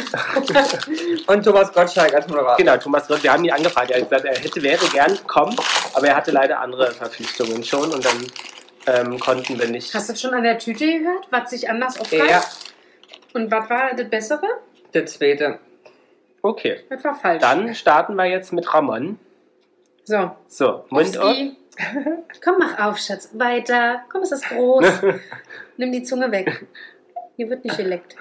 Und Thomas Gottschalk als Moderator. Genau, Thomas Gott, wir haben ihn angefragt, er hat gesagt, wäre gern gekommen, aber er hatte leider andere Verpflichtungen schon und dann konnten wir nicht. Hast du das schon an der Tüte gehört, was sich anders aufreißt? Ja, Und was war das Bessere? der zweite. Okay, Das war falsch. dann starten wir jetzt mit Ramon. So. So, Mund auf. Upsi. Komm, mach auf, Schatz. Weiter. Komm, ist das groß. Nimm die Zunge weg. Hier wird nicht geleckt.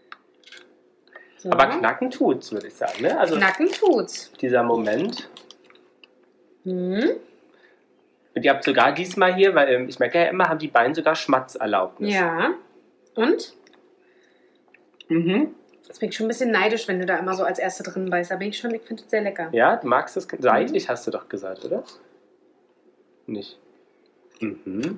So. Aber knacken tut's, würde ich sagen. Ne? Also Knacken tut's. dieser Moment. Hm? Und ihr habt sogar diesmal hier, weil ich merke ja immer, haben die beiden sogar Schmatzerlaubnis. Ja. Und? Mhm. Jetzt bin ich schon ein bisschen neidisch, wenn du da immer so als Erste drin beißt. Da bin ich schon, ich finde es sehr lecker. Ja, du magst das seitlich, hast du doch gesagt, oder? Nicht. Mhm.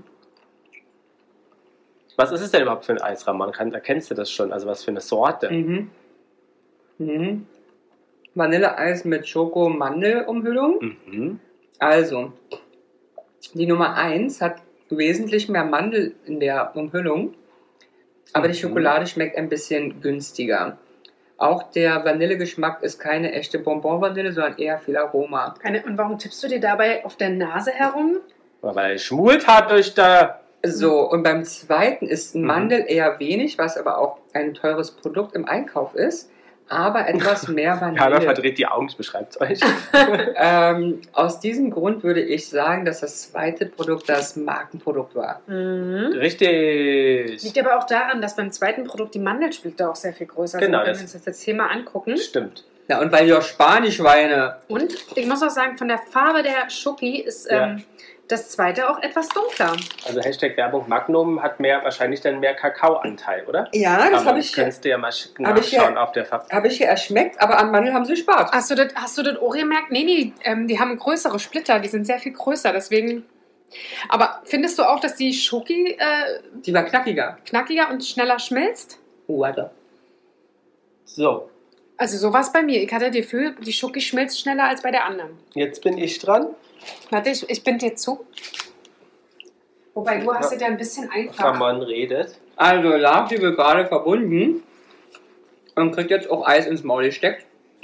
Was ist es denn überhaupt für ein Eis, Ramon? Erkennst du das schon? Also was für eine Sorte? Mhm. Mhm. Vanilleeis mit Schoko-Mandel-Umhüllung. Mhm. Also, die Nummer 1 hat wesentlich mehr Mandel in der Umhüllung, aber die Schokolade schmeckt ein bisschen günstiger. Auch der Vanillegeschmack ist keine echte Bonbon-Vanille, sondern eher viel Aroma. Und warum tippst du dir dabei auf der Nase herum? Weil schmult hat durch da. So, und beim zweiten ist Mandel eher wenig, was aber auch ein teures Produkt im Einkauf ist, aber etwas mehr Jana Vanille. verdreht die Augen, ich beschreibe es euch. Aus diesem Grund würde ich sagen, dass das zweite Produkt das Markenprodukt war. Richtig. Liegt aber auch daran, dass beim zweiten Produkt die Mandelspalte auch sehr viel größer Genau, sind, wenn das- wir uns das jetzt hier mal angucken. Stimmt. Ja, und weil ihr Spanischweine. Und ich muss auch sagen, von der Farbe der Schoki ist Ja. das zweite auch etwas dunkler. Also Hashtag Werbung Magnum hat wahrscheinlich dann mehr Kakaoanteil, oder? Ja, das Aber habe ich, könntest du ja mal hab ich nachschauen ja- auf der Farbe. hab ich hier erschmeckt, aber an Mandel haben sie gespart. Hast du das auch gemerkt? Nee, die haben größere Splitter, die sind sehr viel größer, deswegen... Aber findest du auch, dass die Schoki Die war knackiger. knackiger und schneller schmilzt? Warte. So, Also so war es bei mir. Ich hatte das Gefühl, die Schoki schmilzt schneller als bei der anderen. jetzt bin ich dran. Warte, ich bin dir zu. Wobei, du hast es ja ein bisschen einfach. Ramon redet. Also, Lars, die wird gerade verbunden und kriegt jetzt auch Eis ins Maul gesteckt.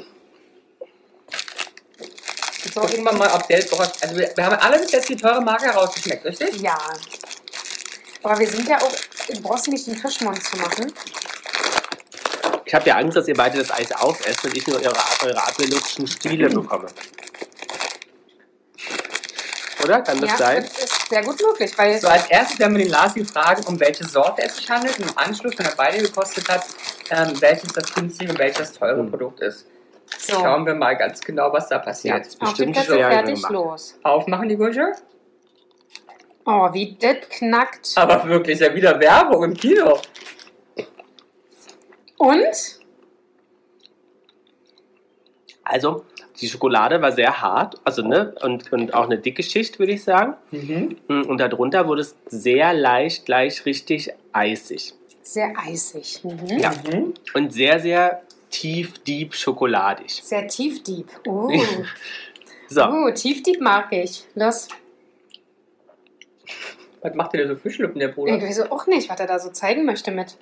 So, Gucken wir mal, ob der jetzt auch... Also, wir haben alle bis jetzt die teure Marke herausgeschmeckt, richtig? ja. Aber wir sind ja auch... Du brauchst nicht den Fischmund zu machen. Ich habe ja Angst, dass ihr beide das Eis aufesst und ich nur eure abgelutschten Stiele bekomme. Oder? Kann das Ja, sein? das ist sehr gut möglich, weil So, als erstes werden wir den Lars fragen, um welche Sorte es sich handelt. Und im Anschluss, wenn er beide gekostet hat, welches das günstige und welches das teure Produkt ist. so, Schauen wir mal ganz genau, was da passiert. Ja. auf die bestimmt Plätze, schwer fertig, gemacht. los. Aufmachen die Gusche. Oh, wie das knackt. Aber wirklich, ist ja wieder Werbung im Kino. Und? Also, die Schokolade war sehr hart, also ne, und auch eine dicke Schicht, würde ich sagen. Und darunter wurde es sehr leicht, gleich richtig eisig. Sehr eisig. Mhm. Ja. Und sehr, sehr tief, deep schokoladig. Sehr tiefdieb. So, Tiefdieb mag ich. Los. Was macht ihr denn so Fischlippen, der Bruder? Ich weiß auch nicht, was er da so zeigen möchte mit.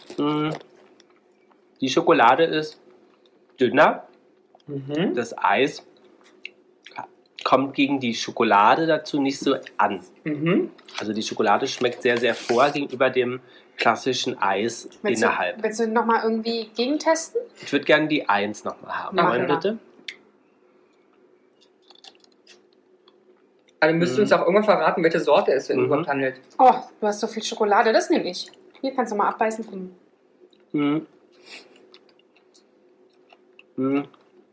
die Schokolade ist dünner. Mhm. Das Eis kommt gegen die Schokolade dazu nicht so an. Mhm. Also die Schokolade schmeckt sehr, sehr vor gegenüber dem klassischen Eis innerhalb. Willst du nochmal irgendwie gegentesten? Ich würde gerne die 1 nochmal haben. Mach Wollen mal. bitte? Also müsst ihr uns auch irgendwann verraten, welche Sorte es denn überhaupt handelt. Oh, du hast so viel Schokolade, das nehme ich. Hier kannst du mal abbeißen. Vom Mhm. Mhm.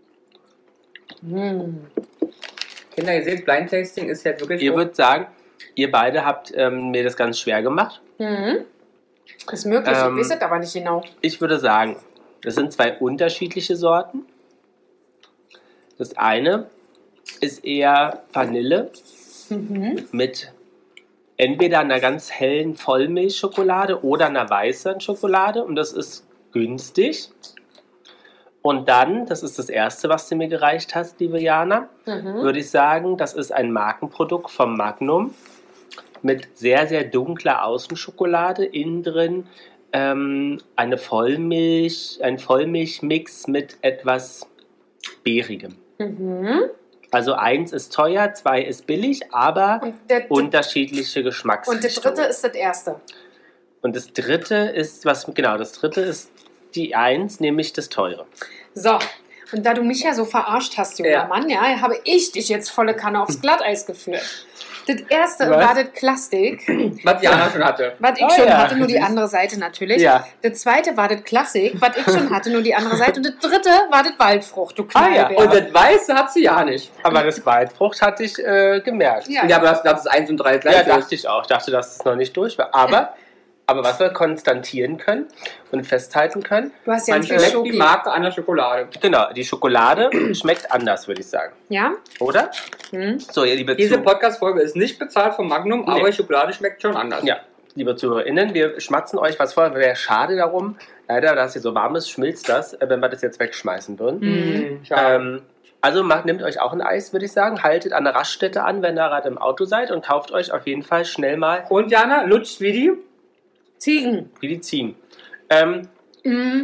Kinder, ihr seht, Blind Tasting ist ja wirklich... Ihr würdet sagen, ihr beide habt mir das ganz schwer gemacht. Mhm. Ist möglich, ich weiß es aber nicht genau. Ich würde sagen, das sind 2 unterschiedliche Sorten. Das eine ist eher Vanille mit entweder einer ganz hellen Vollmilchschokolade oder einer weißen Schokolade. Und das ist günstig. Und dann, das ist das erste, was du mir gereicht hast, liebe Jana, würde ich sagen, das ist ein Markenprodukt vom Magnum mit sehr, sehr dunkler Außenschokolade, innen drin ein Vollmilchmix mit etwas Beerigem. Also 1 ist teuer, 2 ist billig, aber unterschiedliche Und Geschmacksrichtungen. das dritte ist das erste. Und das dritte ist, das dritte ist die 1, nämlich das teure. So, und da du mich ja so verarscht hast, junger Ja. Mann, ja, habe ich dich jetzt volle Kanne aufs Glatteis geführt. Das erste Was? war das Klassik, Was Jana schon hatte. was ich Oh schon ja. hatte, nur die andere Seite natürlich. Ja. Das zweite war das Klassik, was ich schon hatte, nur die andere Seite. Und das dritte war das Waldfrucht, du Ah ja. Knallbär. Und das Weiße hat sie ja nicht. Aber das Waldfrucht hatte ich gemerkt. Ja. Ja, aber das ist 1 und 3 gleich. Ja, dachte ich auch. Ich dachte, dass es noch nicht durch war. Aber was wir konstatieren können und festhalten können, Du hast ja Man nicht viel schmeckt Schoki. die Marke an der Schokolade. genau, die Schokolade schmeckt anders, würde ich sagen. Ja? Oder? Hm. So, ihr liebe Diese Podcast-Folge ist nicht bezahlt vom Magnum, aber die Schokolade schmeckt schon anders. Ja, liebe ZuhörerInnen, wir schmatzen euch was vor. Wäre schade darum, leider, dass ihr so warm ist, schmilzt das, wenn wir das jetzt wegschmeißen würden. Mhm. Schade. Also nehmt euch auch ein Eis, würde ich sagen. Haltet an der Raststätte an, wenn ihr gerade im Auto seid und kauft euch auf jeden Fall schnell mal Und Jana, lutscht wie die? Ziegen. wie die Ziegen.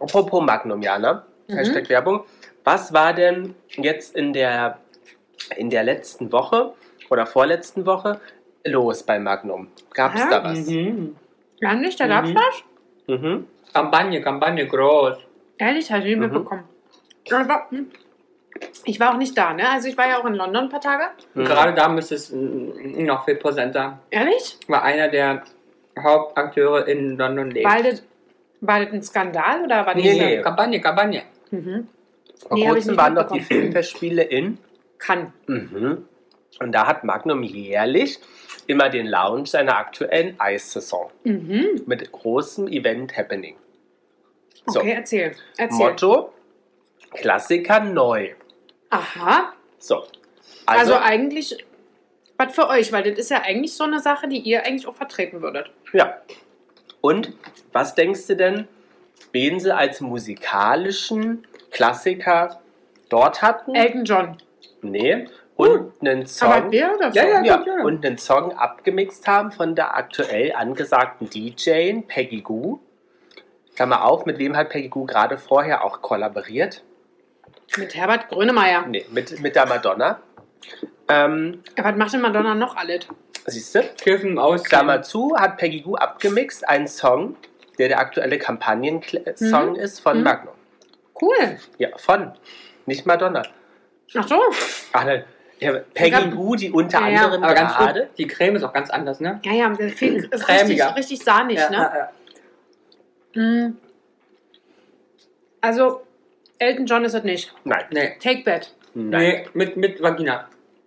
Apropos Magnum, Jana, Hashtag Werbung. Was war denn jetzt in der letzten Woche oder vorletzten Woche los bei Magnum? Gab es da was? Ja, nicht? Da gab's was? Mhm. Kampagne, groß. Ehrlich, habe ich nicht mitbekommen. Ich war auch nicht da, ne? Also ich war ja auch in London ein paar Tage. Gerade da müsste es noch viel präsenter. Ehrlich? War einer der Hauptakteure in London lebt. War das ein Skandal oder war das Nee. Kampagne. Vor Nee, hab ich kurzem nicht waren doch die mitbekommen. Filmfestspiele in. Kann. Und da hat Magnum jährlich immer den Launch seiner aktuellen Eissaison mit großem Event-Happening. So. Okay, erzähl. Motto: Klassiker neu. Aha. So. Also eigentlich was für euch, weil das ist ja eigentlich so eine Sache, die ihr eigentlich auch vertreten würdet. Ja. Und was denkst du denn, wen sie als musikalischen Klassiker dort hatten? Elton John. Nee. Und einen Song. Aber wer oder so? Ja. Und einen Song abgemixt haben von der aktuell angesagten DJ Peggy Gou. Klammer auf, mit wem hat Peggy Gou gerade vorher auch kollaboriert? Mit Herbert Grönemeyer. Nee, mit der Madonna. Was macht denn Madonna noch alles? Siehst du? Kiffen aus. Klammer zu, hat Peggy Gou abgemixt, einen Song, der aktuelle Kampagnen-Song ist von Magnum. Cool. Ja, nicht Madonna. Ach so. Ach nein, ja, Peggy Gou, die unter anderem Aber ganz gerade... gut, die Creme ist auch ganz anders, ne? Ja, das ist Cremiger. richtig sahnig, ne? Ja. Also, Elton John ist es nicht. Nein. Nee. Take That. Nein. Nee, mit Vagina.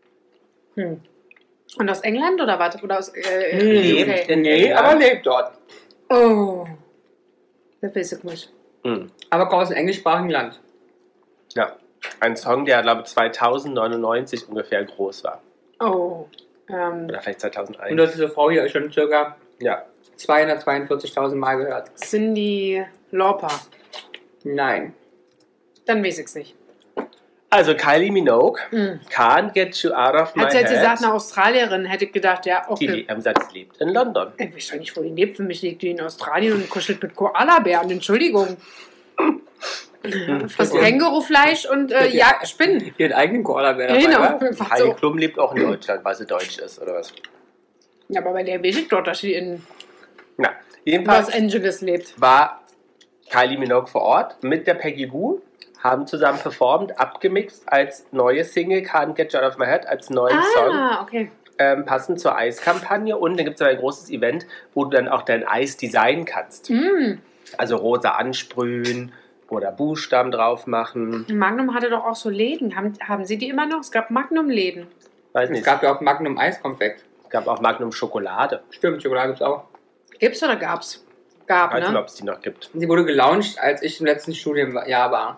Und aus England oder was? Oder aus Lebt UK? in Nee, England. aber lebt dort. Oh. Das weiß ich nicht. Aber kommt aus einem englischsprachigen Land. Ja, ein Song, der, glaube ich, 2099 ungefähr groß war. Oh. Oder vielleicht 2001. Und das ist diese Frau hier schon circa Ja. 242.000 Mal gehört. Cyndi Lauper. Nein. Dann weiß ich es nicht. Also Kylie Minogue, Can't Get You Out of My Hat sie jetzt Head. gesagt, eine Australierin, hätte ich gedacht, ja, Die okay. haben gesagt, sie lebt in London. Ich weiß doch nicht, wo die lebt. Für mich lebt die in Australien und kuschelt mit Koalabären. Entschuldigung. Frisst Kängurufleisch und jagt Spinnen. Ihren eigenen Koala wäre dabei, Genau. wa? Einfach Heidi so. Klum lebt auch in Deutschland, weil sie deutsch ist, oder was? Ja, aber bei der weiß ich doch, dass sie in Na, Los jedenfalls Angeles lebt. war Kylie Minogue vor Ort mit der Peggy Gou, haben zusammen performt, abgemixt als neue Single Can't Get You Out of My Head, als neuen Song, Ah, okay. passend zur Eiskampagne. Und dann gibt es aber ein großes Event, wo du dann auch dein Eis designen kannst. Also rosa ansprühen oder Buchstaben drauf machen. Magnum hatte doch auch so Läden. Haben Sie die immer noch? Es gab Magnum-Läden. Weiß Es nicht. gab ja auch Magnum Eiskonfekt. Gab auch Magnum Schokolade. Stimmt, Schokolade gibt's auch. Gibt's oder gab's? Gab, Ich weiß nicht, ne? ob es die noch gibt. Sie wurde gelauncht, als ich im letzten Studienjahr war.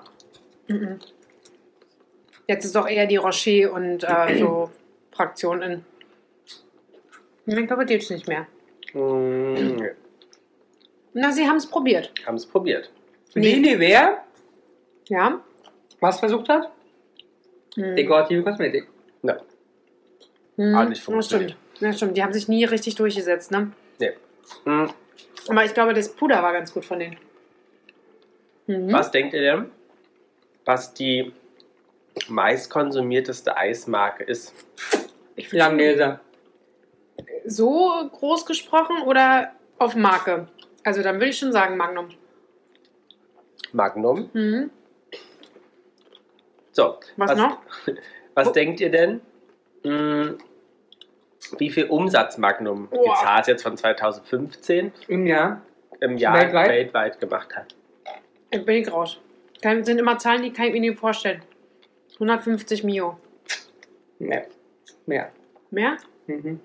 Jetzt ist doch eher die Rocher und so Fraktion in. Ich glaube, die gibt's nicht mehr. Na, Sie haben es probiert. Haben es probiert. Die Nivea, Ja? was versucht hat? Dekorative Kosmetik. Ja. Hat nicht Ja, stimmt. funktioniert. Ja, stimmt. Die haben sich nie richtig durchgesetzt, ne? Nee. Hm. Aber ich glaube, das Puder war ganz gut von denen. Was denkt ihr denn, was die meistkonsumierteste Eismarke ist? Langnese. So groß gesprochen oder auf Marke? Also dann würde ich schon sagen Magnum. Magnum. Mhm. So. Was noch? Was denkt ihr denn? Wie viel Umsatz Magnum, die Boah. Zahl jetzt von 2015, Im Jahr. im Jahr Weltweit? weltweit gemacht hat? Ich bin ich raus. Das sind immer Zahlen, die kann ich mir nicht vorstellen. 150 Mio. Nee. Mehr. Mehr? Mhm.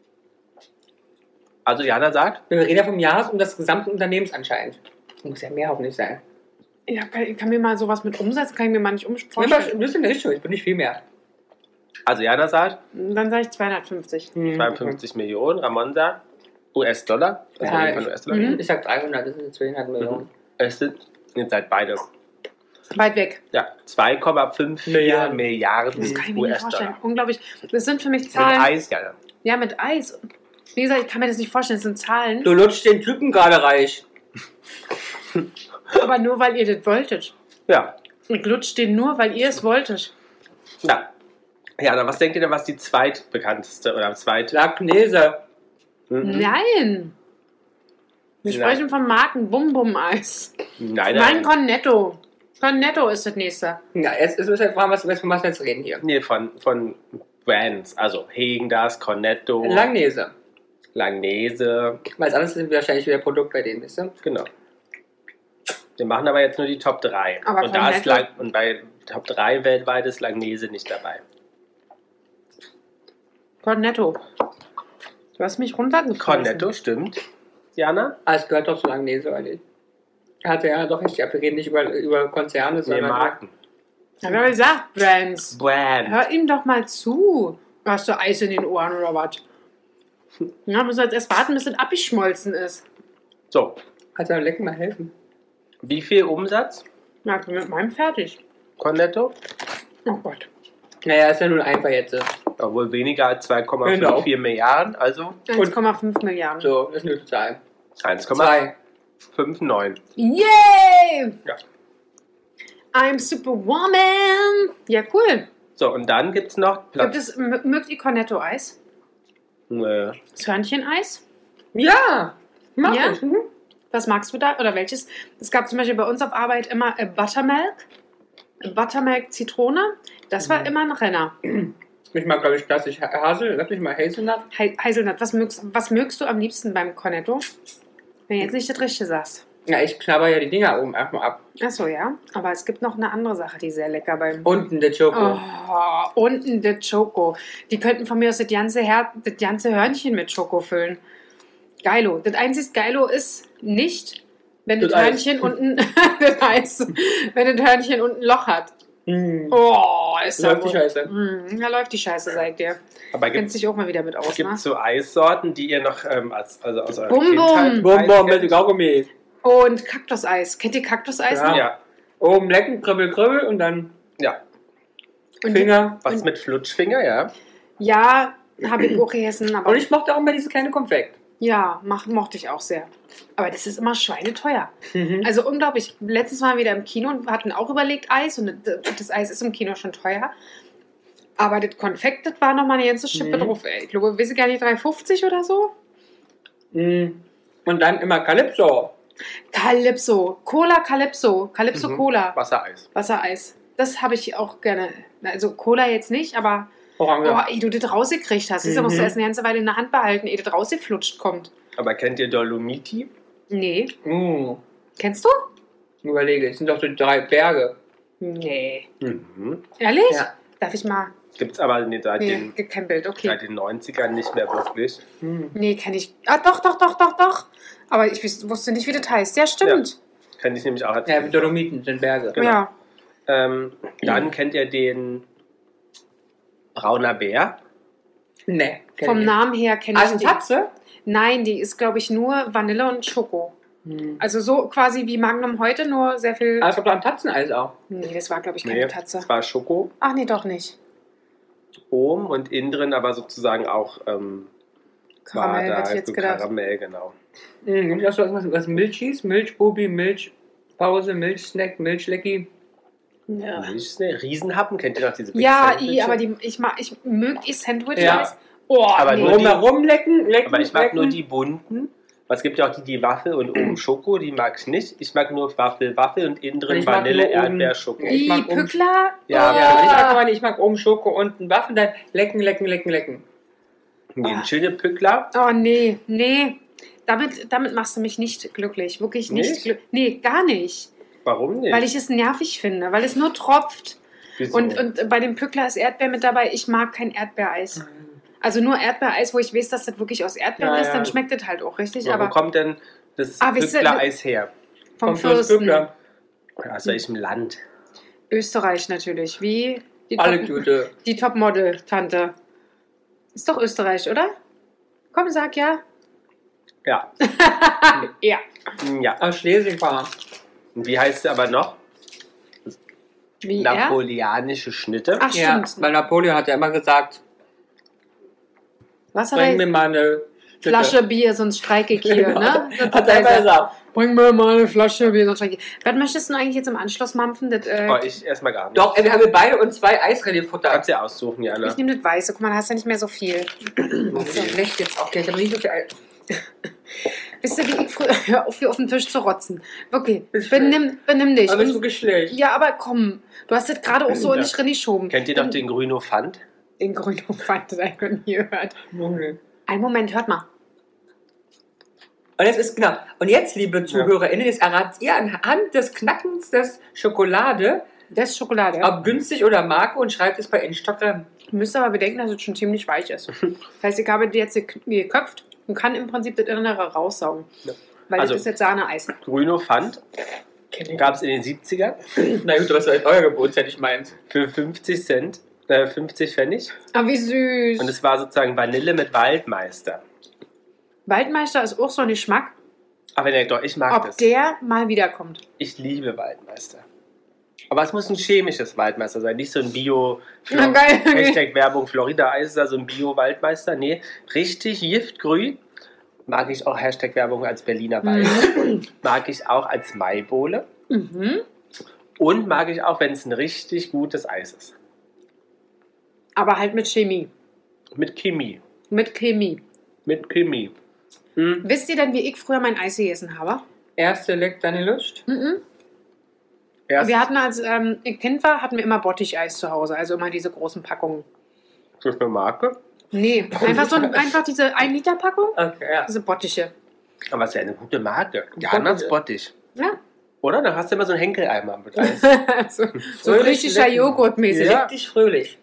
Also Jana sagt, Wir reden ja vom Jahres- und des gesamten Unternehmens anscheinend. Muss ja mehr hoffentlich sein. Ja, kann mir mal sowas mit umsetzen, kann ich mir mal nicht Ja, aber vorstellen. das ist in der Richtung, ich bin nicht viel mehr. also Jana sagt, Dann sage ich 250. 52 Millionen, Ramon sagt, US-Dollar. Also Ja, wir reden von US-Dollar. Ich sag 300, das sind 200 Millionen. Es sind, ihr seid beide. Weit weg. Ja, 2,54 Milliarden. Milliarden Das kann ich mir nicht vorstellen. US-Dollar. Unglaublich. Das sind für mich Mit Zahlen. Eis, Jana. Ja, mit Eis. Wie gesagt, ich kann mir das nicht vorstellen. Das sind Zahlen. Du lutschst den Typen gerade reich. Aber nur, weil ihr das wolltet. Ja. Ich lutscht den nur, weil ihr es wolltet. Ja. Ja, dann was denkt ihr denn, was die zweitbekannteste oder Langnese. Nein. Wir sprechen von Marken Bum-Bum-Eis. Nein, Mein nein. Cornetto. Cornetto ist das nächste. Ja, jetzt müssen wir fragen, von was wir jetzt reden hier. Nee, von Brands. Also Häagen-Dazs, Cornetto, Langnese. Langnese. Weil das alles sind wahrscheinlich wieder Produkt bei denen, wisst ihr? Genau. Wir machen aber jetzt nur die Top 3. Aber und, da ist Cornetto? und bei Top 3 weltweit ist Langnese nicht dabei. Cornetto. Du hast mich runtergefallen. Cornetto, stimmt. Jana? Ah, es gehört doch zu Langnese, oder nicht? Hatte ja doch richtig ab. Wir reden nicht über Konzerne, Nee, sondern Marken. Hab ich aber gesagt, Brands. Brand. Hör ihm doch mal zu. Hast du Eis in den Ohren oder was? Ja, müssen wir jetzt erst warten, bis das abgeschmolzen ist. So, Also lecken mal helfen. wie viel Umsatz? Ja, ich bin mit meinem fertig. Cornetto? Oh Gott. Naja, ist ja nun einfach jetzt. Obwohl weniger als 2,54 Genau. Milliarden, also 1,5 Milliarden. So, das ist eine gute Zahl. 1,59. 2. Yay! Ja. I'm Superwoman. Ja, cool. So, und dann gibt es noch Gibt es, mögt ihr Cornetto-Eis? Das Hörnchen-Eis? Ja! Mach Ja? ich. Mhm. Was magst du da? Oder welches? Es gab zum Beispiel bei uns auf Arbeit immer Buttermilk. Buttermilk Zitrone. Das war immer ein Renner. Ich mag, glaube ich, klassisch Sag ich mal Hazelnut. Hazelnut. Was mögst du am liebsten beim Cornetto? Wenn du jetzt nicht das Richtige sagst. Ja, ich knabber ja die Dinger oben erstmal ab. Achso, ja. Aber es gibt noch eine andere Sache, die sehr lecker beim... Unten der Choco. Oh, unten der Choco. Die könnten von mir aus das ganze Hörnchen mit Schoko füllen. Geilo. Das einzige Geilo ist nicht, wenn das Das Hörnchen unten das Eis, wenn das Hörnchen unten ein Loch hat. Oh, ist Da da läuft die wohl- Scheiße. Da läuft die Scheiße, sag ich dir. Aber Kennt sich auch mal wieder mit aus, gibt ne? es so Eissorten, die ihr noch aus eurer Bum, Kindheit Bonbon kennt? mit Kaugummi. Und Kaktuseis. Kennt ihr Kaktuseis Ja. noch? Ja, Oben lecken, kribbel, kribbel und dann ja. Und Finger. Was mit Flutschfinger, ja. Ja, habe ich auch gegessen. Aber Und ich mochte auch immer diese kleine Konfekt. ja, mochte ich auch sehr. Aber das ist immer schweineteuer. Mhm. Also unglaublich. Letztens waren wir wieder im Kino und hatten auch überlegt Eis. Und das Eis ist im Kino schon teuer. Aber das Konfekt, das war nochmal eine ganze Schippe drauf. Ey. Ich glaube, weiß ich gar nicht, 3,50 oder so? Und dann immer Calypso. Calypso. Cola Calypso. Calypso Cola. Wassereis. Wassereis. Das habe ich auch gerne. Also Cola jetzt nicht, aber Orange. oh, ehe du das rausgekriegt hast. Das musst du erst eine ganze Weile in der Hand behalten, ehe das rausgeflutscht kommt. Aber kennt ihr Dolomiti? Nee. Kennst du? Überlege, es sind doch so 3 Berge. Nee. Mhm. Ehrlich? Ja. Darf ich mal? Gibt es aber seit, Nee, den, gibt kein Bild, okay. seit den 90ern nicht mehr wirklich. Nee, kenne ich. Ah, doch. Aber ich wusste nicht, wie das heißt. Ja, stimmt. Kennt ich nämlich auch als Ja, Kind. Dolomiten sind Berge. Genau. Ja. Dann kennt ihr den Brauner Bär. Nee. kenn Vom ich nicht. Namen her kenne ich Also die. Tatze? Nein, die ist, glaube ich, nur Vanille und Schoko. Also so quasi wie Magnum heute, nur sehr viel... Also da ein Tatzeneis auch. Nee, das war, glaube ich, keine Nee, Tatze. das war Schoko Ach nee, doch nicht. oben und innen drin aber sozusagen auch Karamell, war hätte ich jetzt so gedacht. Karamell, genau. Und hast du was Milchis? Milchbubi, Milchpause, Milchsnack, Milchlecki. Ja, Milchsnee, Riesenhappen, kennt ihr noch diese Big ja Sandwiches? aber ich möge die Sandwich. Ja. Oh, Aber nee. nur die- Drumherum lecken. Aber ich mag nur die bunten. Es gibt ja auch die Waffel und oben Schoko, die mag ich nicht. Ich mag nur Waffel und innen drin Ich mag Vanille, nur oben- Erdbeer, Schoko. Ja, ich mag Die oben- Pückler? Ja, Ja, ich mag aber nicht. Ich mag oben Schoko und einen Waffen, dann lecken. Den schöne Pückler. Oh, nee. Damit machst du mich nicht glücklich. Wirklich nicht Nicht? glücklich. Nee, gar nicht. Warum nicht? Weil ich es nervig finde, weil es nur tropft. Wieso? Und bei dem Pückler ist Erdbeer mit dabei. Ich mag kein Erdbeereis. Also nur Erdbeereis, wo ich weiß, dass das wirklich aus Erdbeeren Ja, ist, ja. dann schmeckt das halt auch richtig. Wo Aber kommt denn das wisst ihr, Pückler-Eis her? vom Fürsten. Aus welchem Land? Österreich natürlich. Wie die Alle Tüte. Die Topmodel-Tante. Ist doch Österreich, oder? Komm, sag ja. Ja. Ja. Ja. Aus Schleswig war. Und wie heißt sie aber noch? Wie er? Napoleonische Schnitte. Ach, Ja, stimmt. weil Napoleon hat ja immer gesagt, Was hat bring mir er? mal eine Schnitte. Flasche Bier, sonst streike ich hier, Genau. ne? Das Hat er immer gesagt. bring mir mal eine Flasche Bier. Was möchtest du eigentlich jetzt im Anschluss mampfen? Das, ich erstmal gar nicht. Doch, wir haben beide und 2 Eisrelais-Futter. Kannst du ja aussuchen, Jana. ich nehme das Weiße. Guck mal, da hast du ja nicht mehr so viel. So schlecht jetzt auch. Ich habe nicht so viel Eis. Wisst ihr, wie ich früher... Hör auf, hier auf den Tisch zu rotzen. Wirklich, Ist benimm dich. Aber ist wirklich schlecht. Ja, aber komm. Du hast das gerade auch so in dich reingeschoben. Kennt ihr noch den Grüno Pfand? Den Grüno Pfand, das habe ich noch nie gehört. Okay. Einen Moment, hört mal. Und jetzt ist, genau. Und jetzt, liebe ZuhörerInnen, jetzt erratet ihr anhand des Knackens des Schokolade, Das ist Schokolade, ja. ob günstig oder Marke, und schreibt es bei Instagram. Du müsst aber bedenken, dass es schon ziemlich weich ist. Das heißt, ich habe die jetzt geköpft und kann im Prinzip das Innere raussaugen. Ja. Weil Also- das ist jetzt Sahne-Eis. Grüno Pfand gab es in den 70ern Na gut, was ist euer Gebot, hätte ich meint. für 50 Cent, 50 Pfennig. Ah, wie süß. Und es war sozusagen Vanille mit Waldmeister. Waldmeister ist auch so ein Geschmack, Aber ne, doch, ich mag ob das. der mal wiederkommt. Ich liebe Waldmeister. Aber es muss ein chemisches Waldmeister sein, nicht so ein Bio... Na, geil. Hashtag Werbung Florida-Eis ist da so ein Bio-Waldmeister. Nee, richtig giftgrün. Mag ich auch Hashtag Werbung als Berliner Weiß. Mag ich auch als Maibohle. Mhm. Und mag ich auch, wenn es ein richtig gutes Eis ist. Aber halt mit Chemie. Mit Chemie. Mit Chemie. Mit Chemie. Wisst ihr denn, wie ich früher mein Eis gegessen habe? Erste leckt deine Lust. Mhm. Erst Wir hatten, als ich Kind war, hatten wir immer Botticheis zu Hause. Also immer diese großen Packungen. für eine Marke. Nee, einfach diese 1-Liter-Packung. Okay, ja. Diese Bottiche. Aber es ist ja eine gute Marke. Janas Bottich. Ja. Oder? Dann hast du immer so einen Henkeleimer mit Eis. so Fröhlich griechischer lecken. Joghurt-mäßig. Ja. Leck dich fröhlich.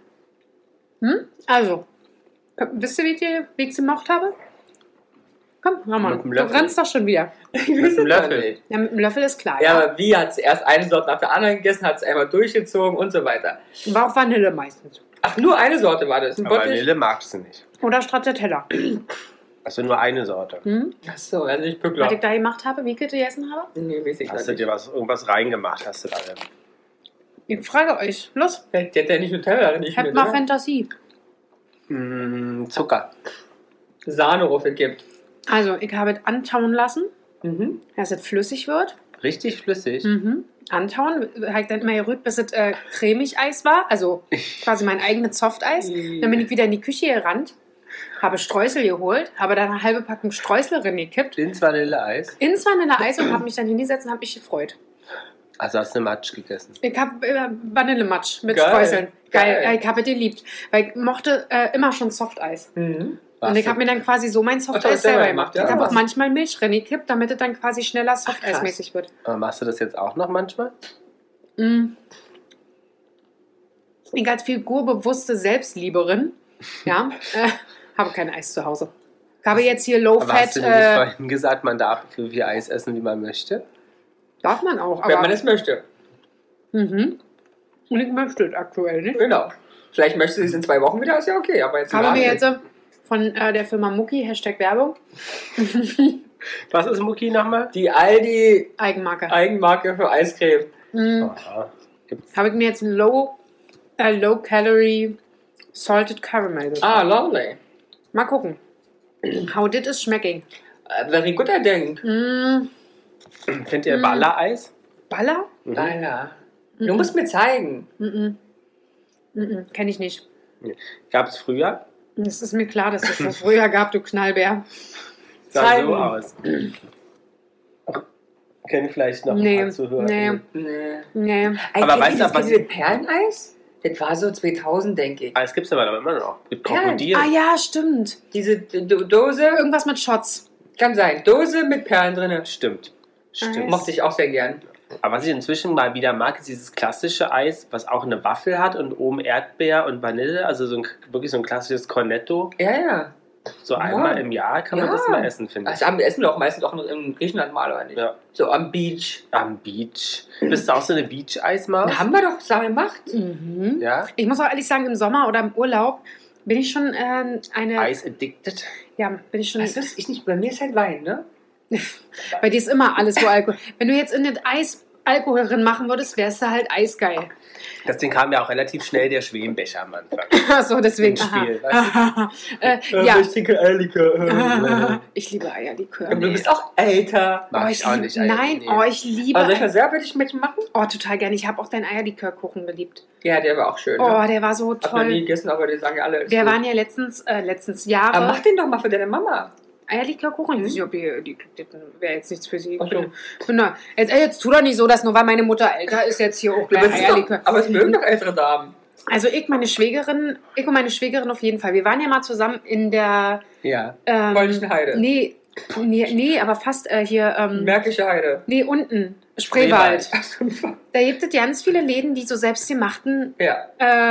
Also, wisst ihr, wie ich es gemacht habe? Komm, mach mal. Mit dem Du Löffel. rennst doch schon wieder. Ich Mit weiß dem es doch Löffel. nicht. Ja, mit dem Löffel ist klar. Ja, Ja. aber wie hat es erst eine Sorte nach der anderen gegessen, hat es einmal durchgezogen und so weiter. War auch Vanille meistens. Ach, nur eine Sorte war das. Ein Aber Bottich? Vanille magst du nicht. Oder Stracciatella. Also nur eine Sorte. Ach so, also nicht Was ich Pückler. da gemacht habe, wie ich gegessen habe? Nee, weiß ich Hast du nicht. dir irgendwas reingemacht? Hast du da denn? Ich frage euch. Los, Der hat ja nicht Nutella, nicht habt mit, mal oder? Fantasie. Zucker. Sahne gibt. Also, ich habe es antauen lassen, Mhm. dass es flüssig wird. Richtig flüssig. Antauen, habe ich dann immer gerührt, bis es cremig Eis war. Also quasi mein eigenes Softeis. Dann bin ich wieder in die Küche gerannt, habe Streusel geholt, habe dann eine halbe Packung Streusel reingekippt, Ins Vanilleeis. ins Vanilleeis und habe mich dann hingesetzt und habe mich gefreut. Also hast du eine Matsch gegessen. Ich habe Vanillematsch mit Geil. Streuseln. Geil. Geil. Ich habe es geliebt, weil ich mochte immer schon Softeis. Mhm. Und ich habe mir dann quasi so mein Ach, du Softeis hast selber selber gemacht, gemacht. ja. Ich habe auch manchmal Milch reingekippt, damit es dann quasi schneller Softeismäßig wird. Aber machst du das jetzt auch noch manchmal? Ich als figurbewusste Selbstlieberin, ja, habe kein Eis zu Hause. Ich habe jetzt hier Aber hast Low-Fat, du nicht vorhin gesagt, man darf so viel Eis essen, wie man möchte? darf man auch, Wenn aber man es möchte. und ich möchte es aktuell nicht. Genau. Vielleicht möchtest du es in 2 Wochen wieder, ist ja okay. Aber jetzt Ich habe im mir Laden jetzt von der Firma Mucki, Hashtag Werbung, Was ist Mucki nochmal? die Aldi Eigenmarke. Eigenmarke für Eiscreme. Aha. Gibt's. Habe ich mir jetzt ein Low-Calorie Salted Caramel gekauft. Ah, lovely. Mal gucken. How did it schmecking? Very good, I think. Kennt ihr Baller-Eis? Baller? Alter. Du musst mir zeigen. Kenne ich nicht. Gab es früher? Es ist mir klar, dass es das früher gab, du Knallbär. Sah Zeigen. so aus. Kennen vielleicht noch Nee, ein paar Zuhörer. nee. Nee. Nee. Aber weißt du, was was- diese Perleneis? Das war so 2000, denke ich. Ah, es gibt es aber immer noch. Mit Ja. Krokodil. Ah ja, stimmt. Diese Dose, Irgendwas mit Shots. kann sein. Dose mit Perlen drin. Stimmt. Stimmt. Mochte ich auch sehr gern. Aber was ich inzwischen mal wieder mag, ist dieses klassische Eis, was auch eine Waffel hat und oben Erdbeer und Vanille. Also wirklich so ein klassisches Cornetto. Ja, ja. So einmal im Jahr kann man Ja. das mal essen, finde ich. Also essen wir auch meistens auch in Griechenland mal, oder nicht? Ja. So am Beach. Am Beach. Bist du auch so eine Beach-Eismaus? Da haben wir doch zusammen gemacht. Ja? Ich muss auch ehrlich sagen, im Sommer oder im Urlaub bin ich schon eine. Eis-addicted? Ja, bin ich schon. Das ist ich nicht. Bei mir ist halt Wein, ne? Bei dir ist immer alles, wo Alkohol. Wenn du jetzt in das Eis Alkohol drin machen würdest, wärst du halt eisgeil. Deswegen kam ja auch relativ schnell der Schwebenbecher am Anfang. Achso, deswegen. Im Spiel, Ja. Ich trinke Eierlikör. Ich liebe Eierlikör. Und du bist auch älter. Mag ich auch nicht. Nein, Nee. ich liebe. Aber soll ich mal selber für dich mitmachen? Oh, total gerne. Ich habe auch deinen Eierlikörkuchen geliebt. Ja, der war auch schön. Oh, Ne? der war so Hab noch nie toll. gegessen, aber die sagen ja alle. ist Wir gut. waren ja letztens Jahre. Aber mach den doch mal für deine Mama. Eierlikörkuchen? Ich weiß nicht, ob die wäre jetzt nichts für sie. Ach so. Jetzt tu doch nicht so, dass nur weil meine Mutter älter ist, jetzt hier auch gleich Eierlikör. Aber es mögen doch ältere Damen. Also ich und meine Schwägerin auf jeden Fall. Wir waren ja mal zusammen in der Ja. Polnischen Heide. Nee, aber fast hier. Märkische Heide. Nee, unten. Spreewald. Ach so. Da gibt es ganz viele Läden, die so selbstgemachten Ja.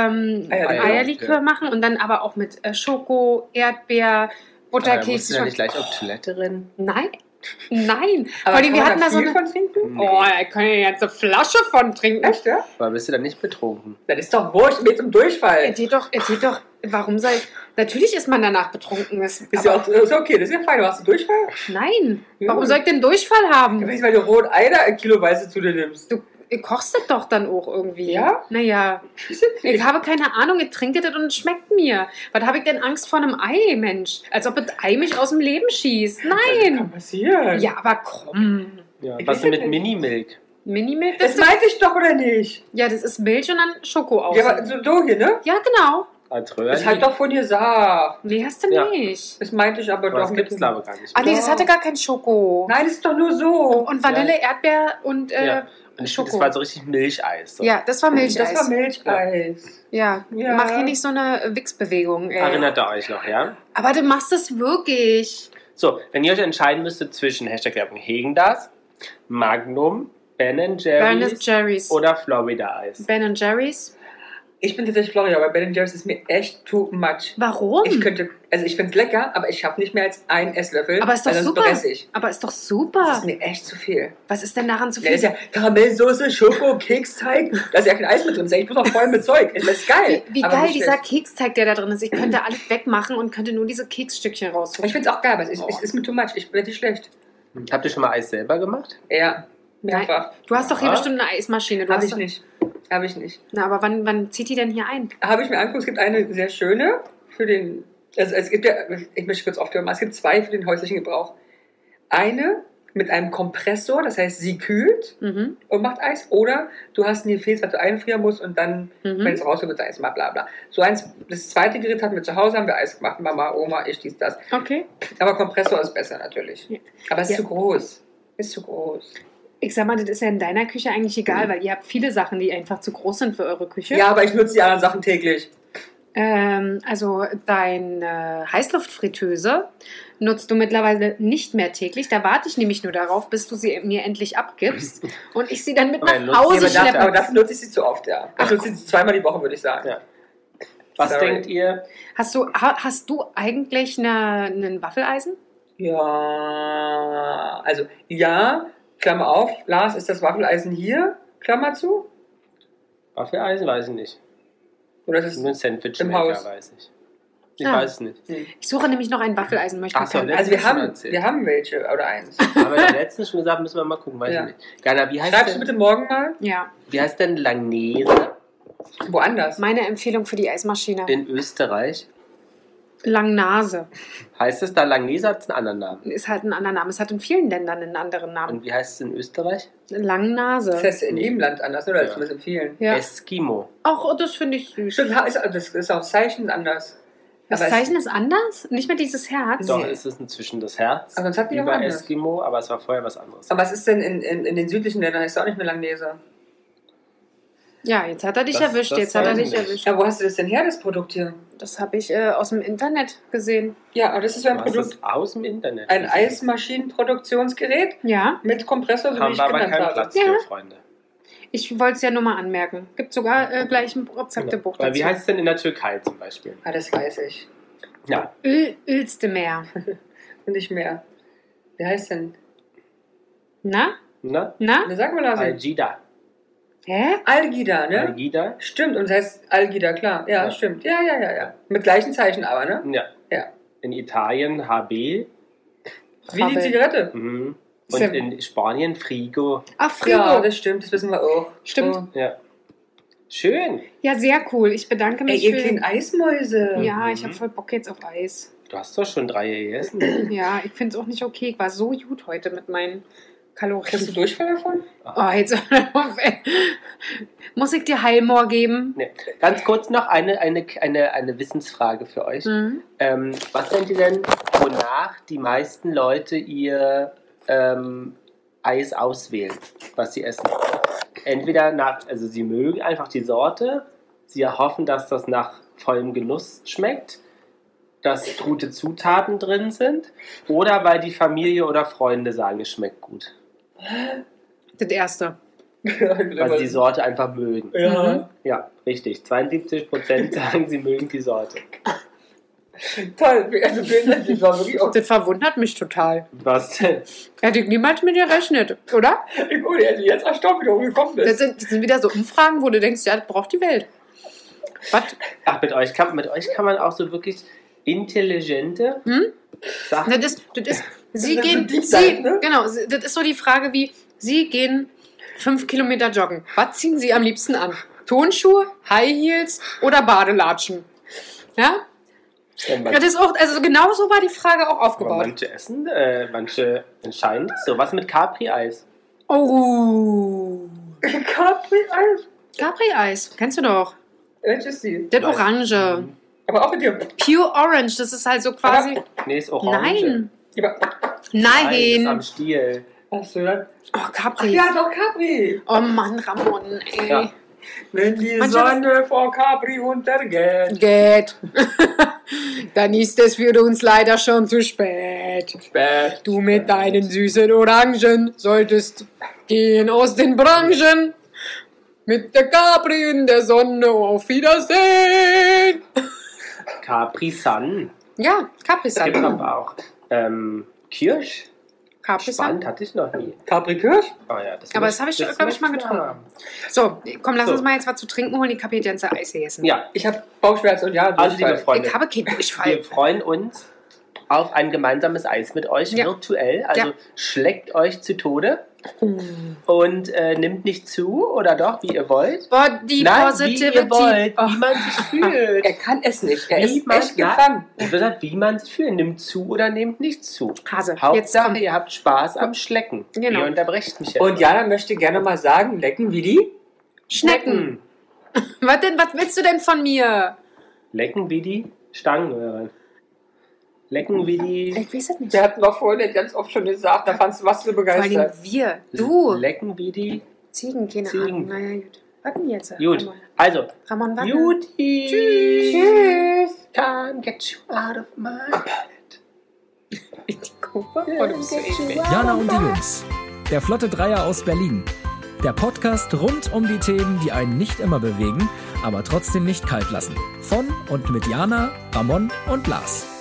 Eierlikör machen und dann aber auch mit Schoko, Erdbeer, Musst Butterkeks. du da nicht gleich auf Toilette rennen? Nein. Aber Vor allem, wir kann hatten man da so viel eine. von trinken? Oh, da kann ich jetzt eine Flasche von trinken. Echt, ja? Aber bist du dann nicht betrunken? Das ist doch wurscht, mit zum Durchfall. Erzählt doch, warum soll. Natürlich ist man danach betrunken. Ist ja auch ist okay, das ist ja fein. Du hast du Durchfall? Nein. Ja. Warum soll ich denn Durchfall Ja, haben? weil du rot Eier kiloweise zu dir nimmst. Du kochst das doch dann auch irgendwie. Ja? Naja. Ich habe keine Ahnung, ich trinke das und es schmeckt mir. Was habe ich denn Angst vor einem Ei, Mensch? Als ob das Ei mich aus dem Leben schießt. Das Nein. kann passieren. Ja, aber komm. Ja. Ich Was weiß denn mit nicht. Minimilk? Minimilk, Das meinte ich doch, oder nicht? ja, das ist Milch und dann Schoko aus. Ja, aber so hier, ne? Ja, genau. Als Das hat doch von dir gesagt. Nee, hast du Ja. nicht. Das meinte ich aber Aber doch das gibt es, glaube ich, gar nicht. Ah, nee, das hatte gar kein Schoko. Nein, das ist doch nur so. Und Vanille, Erdbeer und Ja. Und Schoko. das war so richtig Milcheis. So. Ja, das war Milcheis. Das war Milcheis. Ja. Ja. Mach hier nicht so eine Wichsbewegung. Erinnert ihr euch noch, ja? Aber du machst es wirklich. So, wenn ihr euch entscheiden müsstet zwischen Hashtag-Werbung Häagen-Dazs, Magnum, Ben Ben Jerry's. oder Florida-Eis. Ben Jerry's. Ich bin tatsächlich Florida, aber Ben Jerry's ist mir echt too much. Warum? Ich finde es lecker, aber ich habe nicht mehr als einen Esslöffel. Aber ist doch weil sonst super. brech ich. Aber ist doch Das super. ist mir echt zu viel. Was ist denn daran zu Da viel? ist ja Karamellsoße, Schoko, Keksteig. Da ist ja kein Eis mit drin. Das ist ja echt bloß noch voll mit Zeug. Das ist geil. Wie aber geil nicht dieser schlecht. Keksteig, der da drin ist. Ich könnte alles wegmachen und könnte nur diese Keksstückchen rausholen. Ich finde es auch geil, aber es ist mir too much. Ich bin nicht schlecht. Habt ihr schon mal Eis selber gemacht? Ja, mehrfach. Du hast doch hier Ja. bestimmt eine Eismaschine. Du Habe hast ich doch- nicht. Habe ich nicht. Na, aber wann zieht die denn hier ein? Habe ich mir angeguckt, es gibt eine sehr schöne für den. Also es gibt ja, ich möchte kurz aufklären, es gibt zwei für den häuslichen Gebrauch. Eine mit einem Kompressor, das heißt, sie kühlt Mhm. und macht Eis. Oder du hast ein Gefäß, was du einfrieren musst und dann, Mhm. wenn es rauskommt, wird Eis mal bla bla. So eins, das zweite Gerät hatten wir zu Hause, haben wir Eis gemacht. Mama, Oma, ich, dies, das. Okay. Aber Kompressor ist besser natürlich. Ja. Aber es ist Ja. zu groß. Ist zu groß. Ich sag mal, das ist ja in deiner Küche eigentlich egal, weil ihr habt viele Sachen, die einfach zu groß sind für eure Küche. Ja, aber ich nutze die anderen Sachen täglich. Also deine Heißluftfritteuse nutzt du mittlerweile nicht mehr täglich. Da warte ich nämlich nur darauf, bis du sie mir endlich abgibst und ich sie dann mit Aber nach nutzt Hause sie aber schleppe. dafür nutze ich sie zu oft, ja. Ich nutze sie zweimal die Woche, würde ich sagen. Ja. Was Sorry. denkt ihr? Hast du eigentlich einen Waffeleisen? Ja, also ja, Klammer auf, Lars, ist das Waffeleisen hier, Klammer zu? Waffeleisen weiß ich nicht. Oder ist Nur ein es Sandwich-Maker Haus. weiß ich. Ich Ah. weiß es nicht. Ich suche nämlich noch ein Waffeleisen. Möchte Ach so, kein- ne? Also wir Letztens haben, erzählt. wir haben welche oder eins. Haben wir doch letztens schon gesagt, müssen wir mal gucken, weiß Ja. ich nicht. Gana, wie heißt, Schreibst du denn, bitte morgen mal? Ja, wie heißt denn Langnese Woanders. meine Empfehlung für die Eismaschine. in Österreich? Langnase Heißt es da Langnese, hat es einen anderen Namen? ist halt ein anderer Name. Es hat in vielen Ländern einen anderen Namen. Und wie heißt es in Österreich? Langnase. Das heißt in jedem Land anders, oder? Ja. Das zumindest in vielen. Ja. Eskimo. Ach, das finde ich süß. Stimmt, das ist auch Zeichen anders. Das Aber es- Zeichen ist anders? Nicht mehr dieses Herz? Doch, Nee. ist es inzwischen das Herz. Aber sonst hat die auch über anders. Eskimo, aber es war vorher was anderes. Aber was ist denn in den südlichen Ländern? Heißt es auch nicht mehr Langnese. Ja, jetzt hat er dich Das- erwischt. das Jetzt hat er weiß dich ich nicht. erwischt. Ja, wo hast du das denn her, das Produkt hier? Das habe ich aus dem Internet gesehen. Ja, aber das ist so ein Was Produkt, ist aus dem Internet? ein Eismaschinenproduktionsgerät Ja, mit Kompressor, so wie Haben ich wir aber genannt keinen habe. Platz Ja. für, Freunde. ich wollte es ja nur mal anmerken. Gibt sogar gleich ein Rezeptebuch Weil dazu. wie heißt es denn in der Türkei zum Beispiel? Ah, das weiß ich. Ja, Ölste Meer. Und nicht mehr. Wie heißt denn? Na? ne? Na? Sag mal, Lars. Algida. Hä? Algida, ne? Algida? Stimmt, und das heißt Algida, klar. Ja, Ja. stimmt. Ja. Mit gleichen Zeichen aber, ne? Ja. Ja. In Italien HB. Wie die Krabbel. Zigarette. Mhm. Und in Spanien Frigo. Ach, Frigo. Ja, das stimmt, das wissen wir auch. Stimmt. So. Ja. Schön. Ja, sehr cool. Ich bedanke mich Ey, ihr kleinen Eismäuse. Ja, ich habe voll Bock jetzt auf Eis. Du hast doch schon 3 gegessen. Ja, ich finde es auch nicht okay. Ich war so gut heute mit meinen Kalorien. Kriegst du Durchfall davon? Oh, jetzt muss ich dir Heilmoor geben? Nee. Ganz kurz noch eine Wissensfrage für euch. Was denkt ihr denn, wonach die meisten Leute ihr Eis auswählen, was sie essen? Entweder also sie mögen einfach die Sorte, sie erhoffen, dass das nach vollem Genuss schmeckt, dass gute Zutaten drin sind, oder weil die Familie oder Freunde sagen, es schmeckt gut. Das erste. Weil sie die Sorte einfach mögen. Ja. Ja, richtig. 72% sagen, sie mögen die Sorte. Toll. Also, das war wirklich auch. Das verwundert mich total. Was denn? Hätte ich niemals mit dir gerechnet, oder? Ich wurde jetzt erstaunt, wie du gekommen bist. Das sind wieder so Umfragen, wo du denkst, ja, das braucht die Welt. Was? Ach, mit euch kann man auch so wirklich intelligente Sachen. Das ist, Sie Das ist gehen, so Deep Dive, ne? genau, das ist so die Frage wie, Sie gehen 5 Kilometer joggen. Was ziehen Sie am liebsten an? Tonschuhe, High Heels oder Badelatschen? Ja? Ja, Das ist auch, also genau so war die Frage auch aber aufgebaut. manche essen, manche entscheiden das so. Was mit Capri-Eis? Oh. Capri-Eis. Capri-Eis, kennst du doch. Welches ist die? Das Orange. Aber auch mit dir. Pure Orange, das ist halt so quasi... Nee, ist Orange. Nein. Aber, Nein, das ist am Nein. Stiel. hast du das? Oh, Ach Capri. ja, doch Capri. Oh Mann, Ramon, ey. Ja. Wenn die Manche- Sonne vor Capri untergeht. Geht. Dann ist es für uns leider schon zu spät. Spät. Du mit deinen süßen Orangen solltest gehen aus den Branchen. Mit der Capri in der Sonne, auf Wiedersehen. Capri-Sun. Ja, Capri Es gibt Sun. aber auch Kirsch. Capri Spannend, Sun. hatte ich noch nie. Capri-Kirsch? Oh ja, das Aber muss- das habe ich, das glaube ich, mal muss getrunken. haben. So, komm, lass So. uns mal jetzt was zu trinken holen. Ich habe hier die ganze Eis gegessen. Ja, Ich habe Bauchschmerzen und ja, also liebe Durchfall. Freunde, Ich habe keinen Durchfall. wir freuen uns auf ein gemeinsames Eis mit euch, Ja. virtuell. Also Ja. schleckt euch zu Tode und nimmt nicht zu, oder doch, wie ihr wollt. Boah, die Nein, wie Positivity. ihr wollt, Oh. wie man sich fühlt. Er kann es nicht. Er ist man- echt gefangen. Ich habe gesagt, wie man sich fühlt. Nimmt zu oder nehmt nicht zu. Hase, jetzt Hauptsache, komm. ihr habt Spaß am Schlecken. Genau. Ihr unterbrecht mich jetzt. Und Jana möchte gerne mal sagen, lecken wie die. Schnecken. Was denn? Was willst du denn von mir? Lecken wie die Stangen, oder was? Lecken wie die... Ich weiß es nicht. Wir hatten doch vorhin ganz oft schon gesagt, da fandst du was so Vor allem begeistert. wir. Du. Lecken wie die... Ziegen, keine Ziegen. Ahnung. Naja, gut. Was denn jetzt? Gut, Ramon, also... Ramon was? Juti! Tschüss. Can't get you out of my head. Oh, du bist so eklig. Jana und die Jungs. Der Flotte Dreier aus Berlin. Der Podcast rund um die Themen, die einen nicht immer bewegen, aber trotzdem nicht kalt lassen. Von und mit Jana, Ramon und Lars.